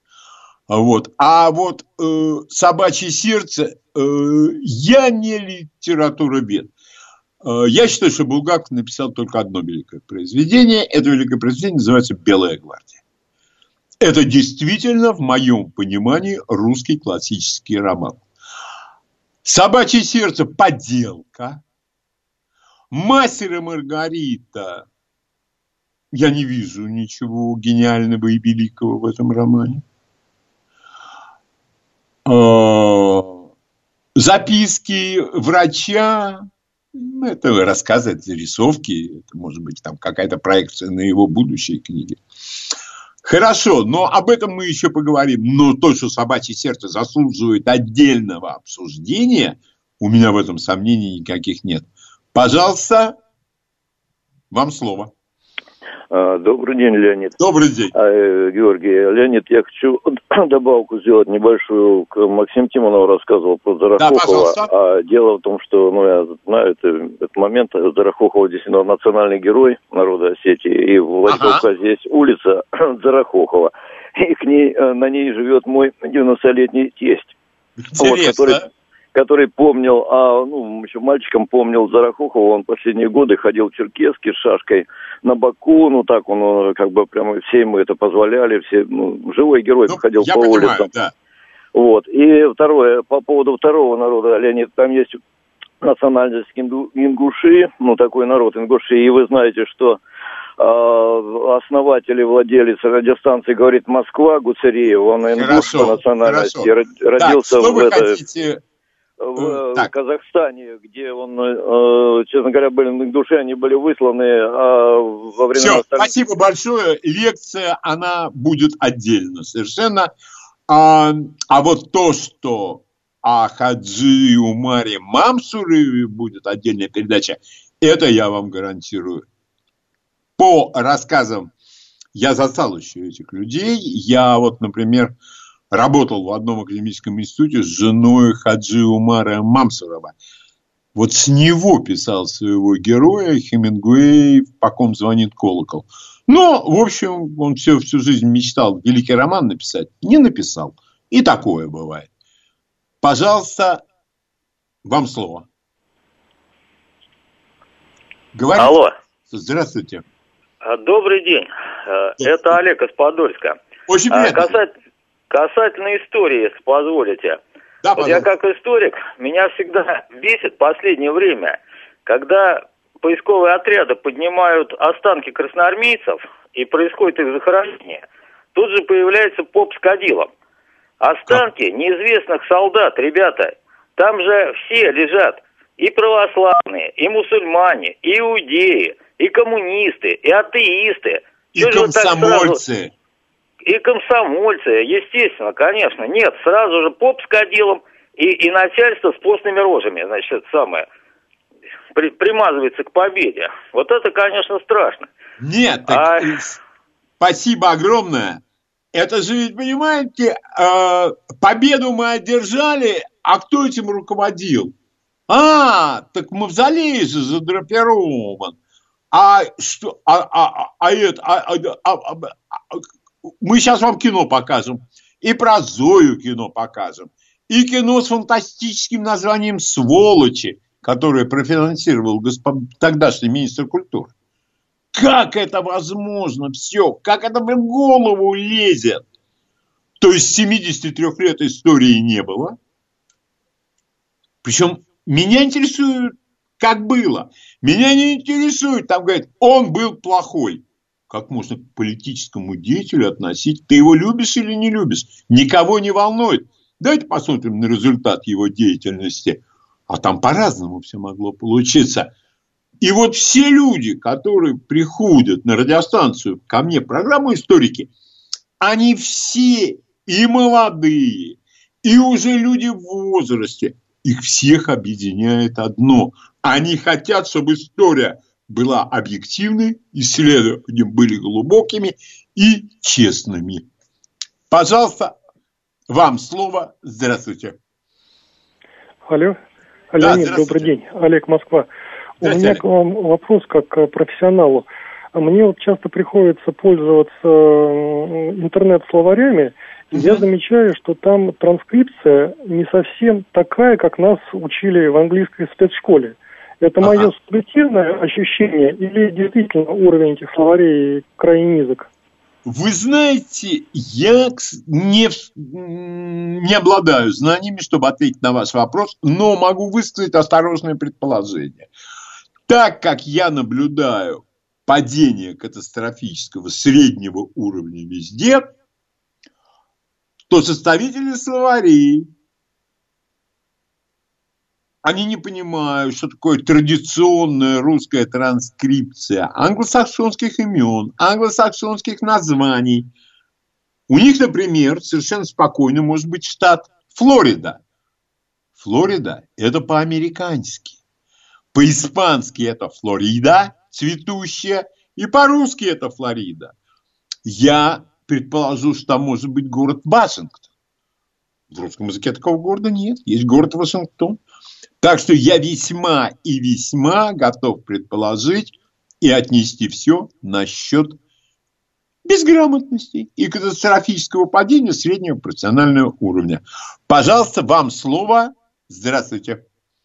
Speaker 3: «Собачье сердце» я не литературовед. Я считаю, что Булгаков написал только одно великое произведение. Это великое произведение называется «Белая гвардия». Это действительно, в моем понимании, русский классический роман. «Собачье сердце» – подделка. «Мастер и Маргарита» – я не вижу ничего гениального и великого в этом романе. «Записки врача» – это рассказы, это зарисовки, это может быть там какая-то проекция на его будущие книги. Хорошо, но об этом мы еще поговорим. Но то, что «Собачье сердце» заслуживает отдельного обсуждения, у меня в этом сомнений никаких нет. Пожалуйста, вам слово.
Speaker 10: Добрый день, Леонид.
Speaker 3: Добрый день.
Speaker 10: Георгий. Леонид, я хочу добавку сделать небольшую. Максим Тимонов рассказывал про Зарахохова.
Speaker 3: Да,
Speaker 10: дело в том, что, я знаю этот момент. Зарахохов действительно национальный герой народа Осетии. И в Владикавказе есть улица Зарахохова. И на ней живет мой 90-летний тесть. Который помнил, еще мальчиком помнил Зарахохова, он последние годы ходил в Черкесске с шашкой на боку, он прямо все ему это позволяли, все, живой герой ходил по улицам. Да. Вот. И второе, по поводу второго народа, Леонид, там есть национальность ингуши, такой народ ингуши, и вы знаете, что основатель и владелец радиостанции «Говорит Москва» Гуцериев, он ингуш по национальности, родился в Казахстане, где он, честно говоря, были ингуши, они были высланы во время...
Speaker 3: Все, спасибо большое. Лекция, она будет отдельно совершенно. А вот то, что о Хаджи Умаре Мамсурове будет отдельная передача, это я вам гарантирую. По рассказам, я застал еще этих людей. Я например, работал в одном академическом институте с женой Хаджи Умара Мамсурова. Вот с него писал своего героя Хемингуэй «По ком звонит колокол». Но, в общем, он всю жизнь мечтал великий роман написать. Не написал. И такое бывает. Пожалуйста, вам слово. Говорите.
Speaker 11: Алло.
Speaker 3: Здравствуйте.
Speaker 11: Добрый день. Это Олег из Подольска.
Speaker 3: Очень приятно.
Speaker 11: Касательно истории, если позволите.
Speaker 3: Да,
Speaker 11: я как историк, меня всегда бесит в последнее время, когда поисковые отряды поднимают останки красноармейцев и происходит их захоронение. Тут же появляется поп с кадилом. Останки неизвестных солдат, ребята, там же все лежат. И православные, и мусульмане, и иудеи, и коммунисты, и атеисты.
Speaker 3: И комсомольцы.
Speaker 11: И комсомольцы, естественно, конечно. Нет, сразу же поп с кадилом и начальство с постными рожами, это самое, примазывается к победе. Вот это, конечно, страшно.
Speaker 3: Нет, спасибо огромное. Это же, ведь, понимаете, победу мы одержали, а кто этим руководил? Так мавзолей же задрапирован. Мы сейчас вам кино покажем. И про Зою кино покажем. И кино с фантастическим названием «Сволочи», которое профинансировал тогдашний министр культуры. Как это возможно все? Как это в голову лезет? То есть 73 лет истории не было. Причем меня интересует, как было. Меня не интересует, там говорят, он был плохой. Как можно к политическому деятелю относить? Ты его любишь или не любишь? Никого не волнует. Давайте посмотрим на результат его деятельности. А там по-разному все могло получиться. И вот все люди, которые приходят на радиостанцию ко мне, программу «Историки», они все и молодые, и уже люди в возрасте. Их всех объединяет одно. Они хотят, чтобы история была объективной, исследования были глубокими и честными. Пожалуйста, вам слово. Здравствуйте.
Speaker 12: Алло. Леонид, добрый день. Олег, Москва. У меня к вам вопрос как к профессионалу. Мне часто приходится пользоваться интернет-словарями. Я замечаю, что там транскрипция не совсем такая, как нас учили в английской спецшколе. Это мое субъективное ощущение или действительно уровень этих словарей крайне низок?
Speaker 3: Вы знаете, я не обладаю знаниями, чтобы ответить на ваш вопрос, но могу высказать осторожное предположение. Так как я наблюдаю падение катастрофического среднего уровня везде, то составители словарей, они не понимают, что такое традиционная русская транскрипция англосаксонских имен, англосаксонских названий. У них, например, совершенно спокойно может быть штат Флорида. Флорида – это по-американски. По-испански это Флорида, цветущая, И по-русски это Флорида. Я предположу, что там может быть город Вашингтон. В русском языке такого города нет. Есть город Вашингтон. Так что я весьма и весьма готов предположить и отнести все насчет безграмотности и катастрофического падения среднего профессионального уровня. Пожалуйста, вам слово. Здравствуйте.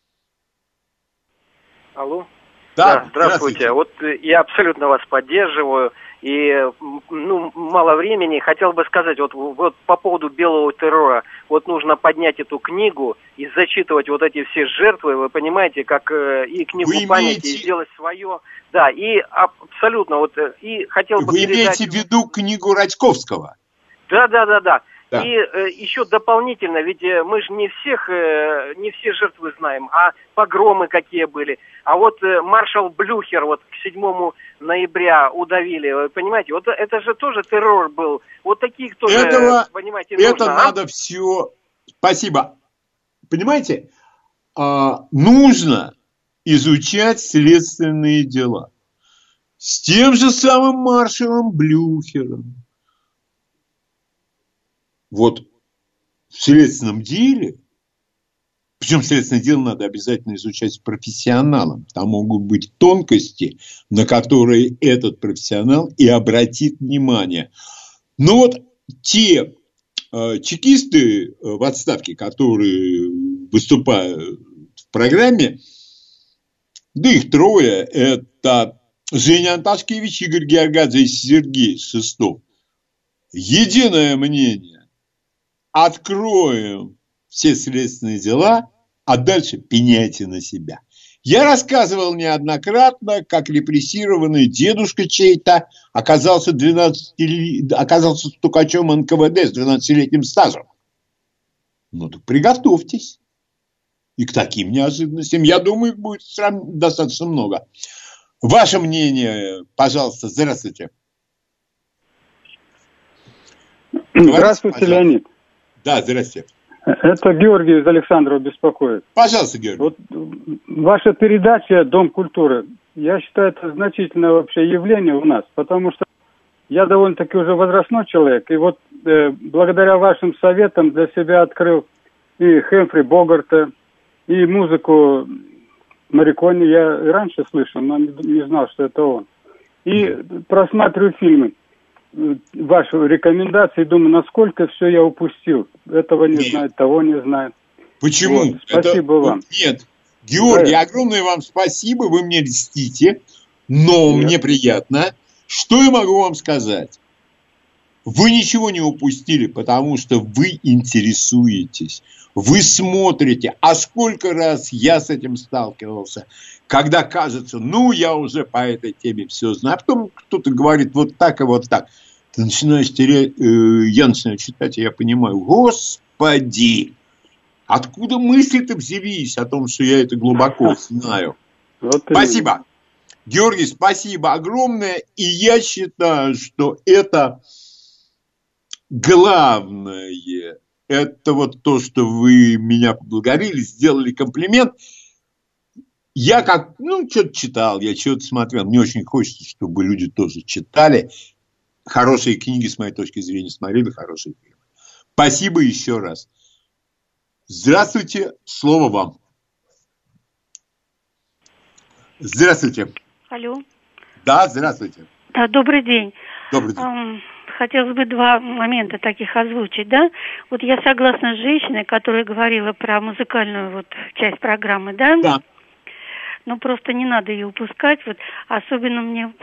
Speaker 13: Алло.
Speaker 3: Да,
Speaker 13: здравствуйте. Вот я абсолютно вас поддерживаю. И, мало времени. Хотел бы сказать, вот по поводу белого террора, вот нужно поднять эту книгу и зачитывать вот эти все жертвы, вы понимаете, как и книгу памяти, и сделать свое. Да, и абсолютно, и хотел бы...
Speaker 3: Вы имеете в виду книгу Радьковского?
Speaker 13: Да.
Speaker 3: Да.
Speaker 13: И еще дополнительно, ведь мы же не все жертвы знаем, а погромы какие были. А вот маршал Блюхер к 7 ноября удавили, вы понимаете, вот это же тоже террор был. Вот таких тоже, понимаете, нужно.
Speaker 3: Это надо все... Спасибо. Понимаете, нужно изучать следственные дела. С тем же самым маршалом Блюхером. Вот в следственном деле, причем следственное дело надо обязательно изучать с профессионалом. Там могут быть тонкости, на которые этот профессионал и обратит внимание. Но вот те чекисты в отставке, которые выступают в программе, да их трое, это Женя Анташкевич, Игорь Георгадзе и Сергей Шестов. Единое мнение. Откроем все следственные дела, а дальше пеняйте на себя. Я рассказывал неоднократно, как репрессированный дедушка чей-то оказался стукачом НКВД с 12-летним стажем. Так приготовьтесь. И к таким неожиданностям, я думаю, будет достаточно много. Ваше мнение, пожалуйста, здравствуйте.
Speaker 14: Здравствуйте, Леонид.
Speaker 3: Да, здрасте.
Speaker 14: Это Георгий из Александрова беспокоит.
Speaker 3: Пожалуйста, Георгий.
Speaker 14: Ваша передача «Дом культуры», я считаю, это значительное вообще явление у нас, потому что я довольно-таки уже возрастной человек, и благодаря вашим советам для себя открыл и Хэмфри Богарта, и музыку Морриконе я и раньше слышал, но не знал, что это он. И просматриваю фильмы. Ваши рекомендации, думаю, насколько все я упустил. Этого не знаю, того не знаю.
Speaker 3: Почему?
Speaker 14: Спасибо вам.
Speaker 3: Нет. Георгий, огромное вам спасибо, вы мне льстите, но мне приятно. Что я могу вам сказать? Вы ничего не упустили, потому что вы интересуетесь, вы смотрите. А сколько раз я с этим сталкивался, когда кажется, я уже по этой теме все знаю. А потом кто-то говорит вот так и вот так. Ты начинаешь терять, я начинаю читать, и я понимаю, Господи, откуда мысли-то взялись о том, что я это глубоко знаю. Спасибо. Георгий, спасибо огромное. И я считаю, что это главное. Это вот то, что вы меня поблагодарили, сделали комплимент. Я что-то читал, я что-то смотрел. Мне очень хочется, чтобы люди тоже читали. Хорошие книги, с моей точки зрения, смотрели хорошие фильмы. Спасибо еще раз. Здравствуйте, слово вам. Здравствуйте.
Speaker 15: Алло.
Speaker 3: Да, здравствуйте.
Speaker 15: Да, добрый день.
Speaker 3: Добрый день.
Speaker 15: Хотелось бы два момента таких озвучить, да? Вот я согласна с женщиной, которая говорила про музыкальную часть программы, да? Да. Ну, просто не надо ее упускать. Особенно мне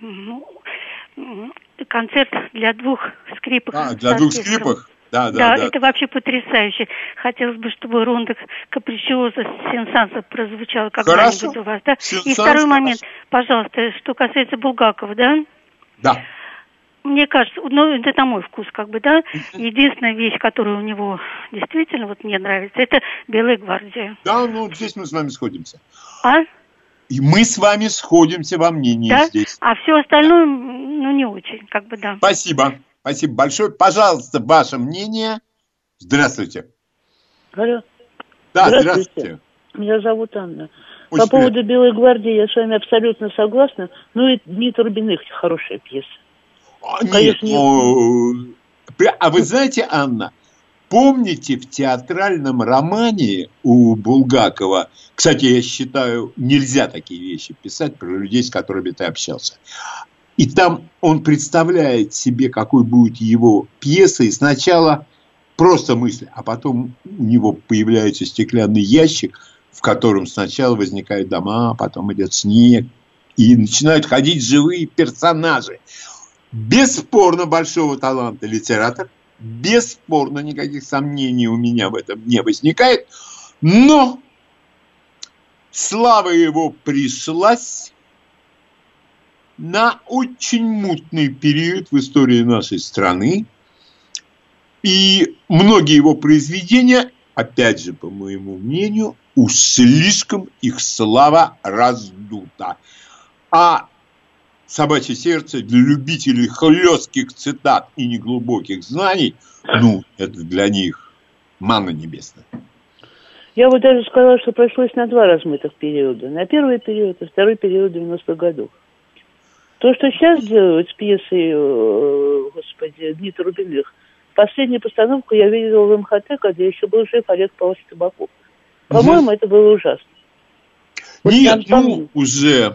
Speaker 15: концерт для двух скрипок.
Speaker 3: Для двух скрипок? Да.
Speaker 15: Это вообще потрясающе. Хотелось бы, чтобы Ронда Капричиоза Сен-Санса прозвучала когда-нибудь у вас, да? И второй момент, пожалуйста, что касается Булгакова, да?
Speaker 3: Да.
Speaker 15: Мне кажется, это на мой вкус, да? Единственная вещь, которая у него действительно мне нравится, это «Белая гвардия».
Speaker 3: Да, здесь мы с вами сходимся.
Speaker 15: А?
Speaker 3: И мы с вами сходимся во мнении здесь.
Speaker 15: А все остальное, не очень, да.
Speaker 3: Спасибо. Спасибо большое. Пожалуйста, ваше мнение. Здравствуйте.
Speaker 16: Алло.
Speaker 3: Да, здравствуйте.
Speaker 16: Меня зовут Анна.
Speaker 9: По поводу «Белой гвардии» я с вами абсолютно согласна. Ну и «Дни Турбиных» хорошая пьеса.
Speaker 3: Конечно, а вы знаете, Анна, помните в театральном романе у Булгакова, кстати, я считаю, нельзя такие вещи писать про людей, с которыми ты общался. И там он представляет себе, какой будет его пьеса, и сначала просто мысль, а потом у него появляется стеклянный ящик, в котором сначала возникают дома, потом идет снег, и начинают ходить живые персонажи. Бесспорно большого таланта литератор, бесспорно никаких сомнений у меня в этом не возникает, но слава его пришлась на очень мутный период в истории нашей страны, и многие его произведения, опять же, по моему мнению, уж слишком их слава раздута. А «Собачье сердце» для любителей хлестких цитат и неглубоких знаний, ну, это для них манна небесная.
Speaker 9: Я бы даже сказала, что пришлось на два размытых периода. На первый период и второй период 90-х годов. То, что сейчас делают с пьесой, господи, «Дни Турбиных», последнюю постановку я видела в МХТ, когда еще был жив Олег Павлович Табаков. По-моему, это было ужасно.
Speaker 3: Нет, уже...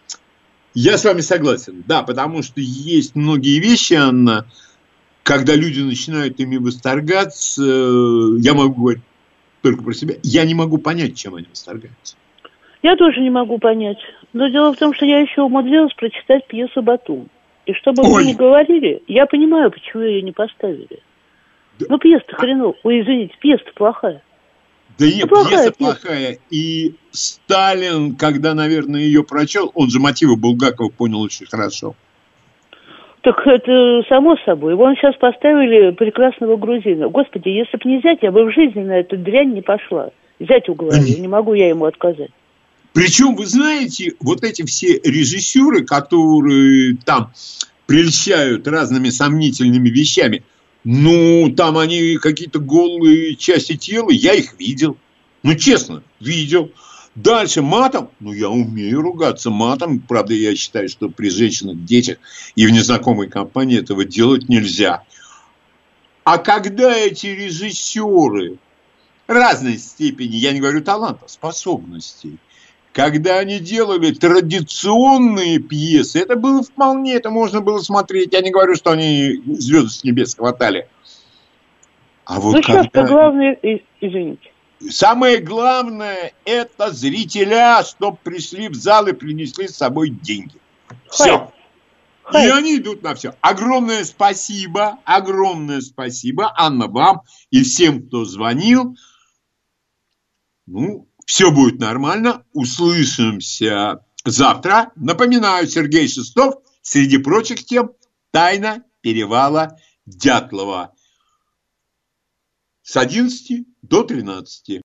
Speaker 3: Я с вами согласен, да, потому что есть многие вещи, Анна, когда люди начинают ими восторгаться, я могу говорить только про себя, я не могу понять, чем они восторгаются.
Speaker 9: Я тоже не могу понять. Но дело в том, что я еще умудрилась прочитать пьесу «Батум». И что бы вы ни говорили, я понимаю, почему ее не поставили. Да. Ну, пьеса-то хреновая. Ой, извините, пьеса-то плохая.
Speaker 3: Да и пьеса плохая. И Сталин, когда, наверное, ее прочел, он же мотивы Булгакова понял очень хорошо.
Speaker 9: Так это само собой. Вон сейчас поставили «Прекрасного грузина». Господи, если бы не зять, я бы в жизни на эту дрянь не пошла. Зять уговорил, не могу я ему отказать.
Speaker 3: Причем, вы знаете, вот эти все режиссеры, которые там прельщают разными сомнительными вещами, ну, там они какие-то голые части тела, я их видел. Ну, честно, видел. Дальше матом, ну, я умею ругаться матом. Правда, я считаю, что при женщинах, детях и в незнакомой компании этого делать нельзя. А когда эти режиссеры разной степени, я не говорю таланта, способностей, когда они делали традиционные пьесы, это было вполне, это можно было смотреть. Я не говорю, что они звезды с небес хватали. А вот
Speaker 9: сейчас-то главное, извините.
Speaker 3: Самое главное, это зрителя, чтоб пришли в зал и принесли с собой деньги. Все. И они идут на все. Огромное спасибо, Анна, вам и всем, кто звонил. Ну, все будет нормально. Услышимся завтра. Напоминаю, Сергей Шестов, среди прочих тем, «Тайна перевала Дятлова». С 11 до 13.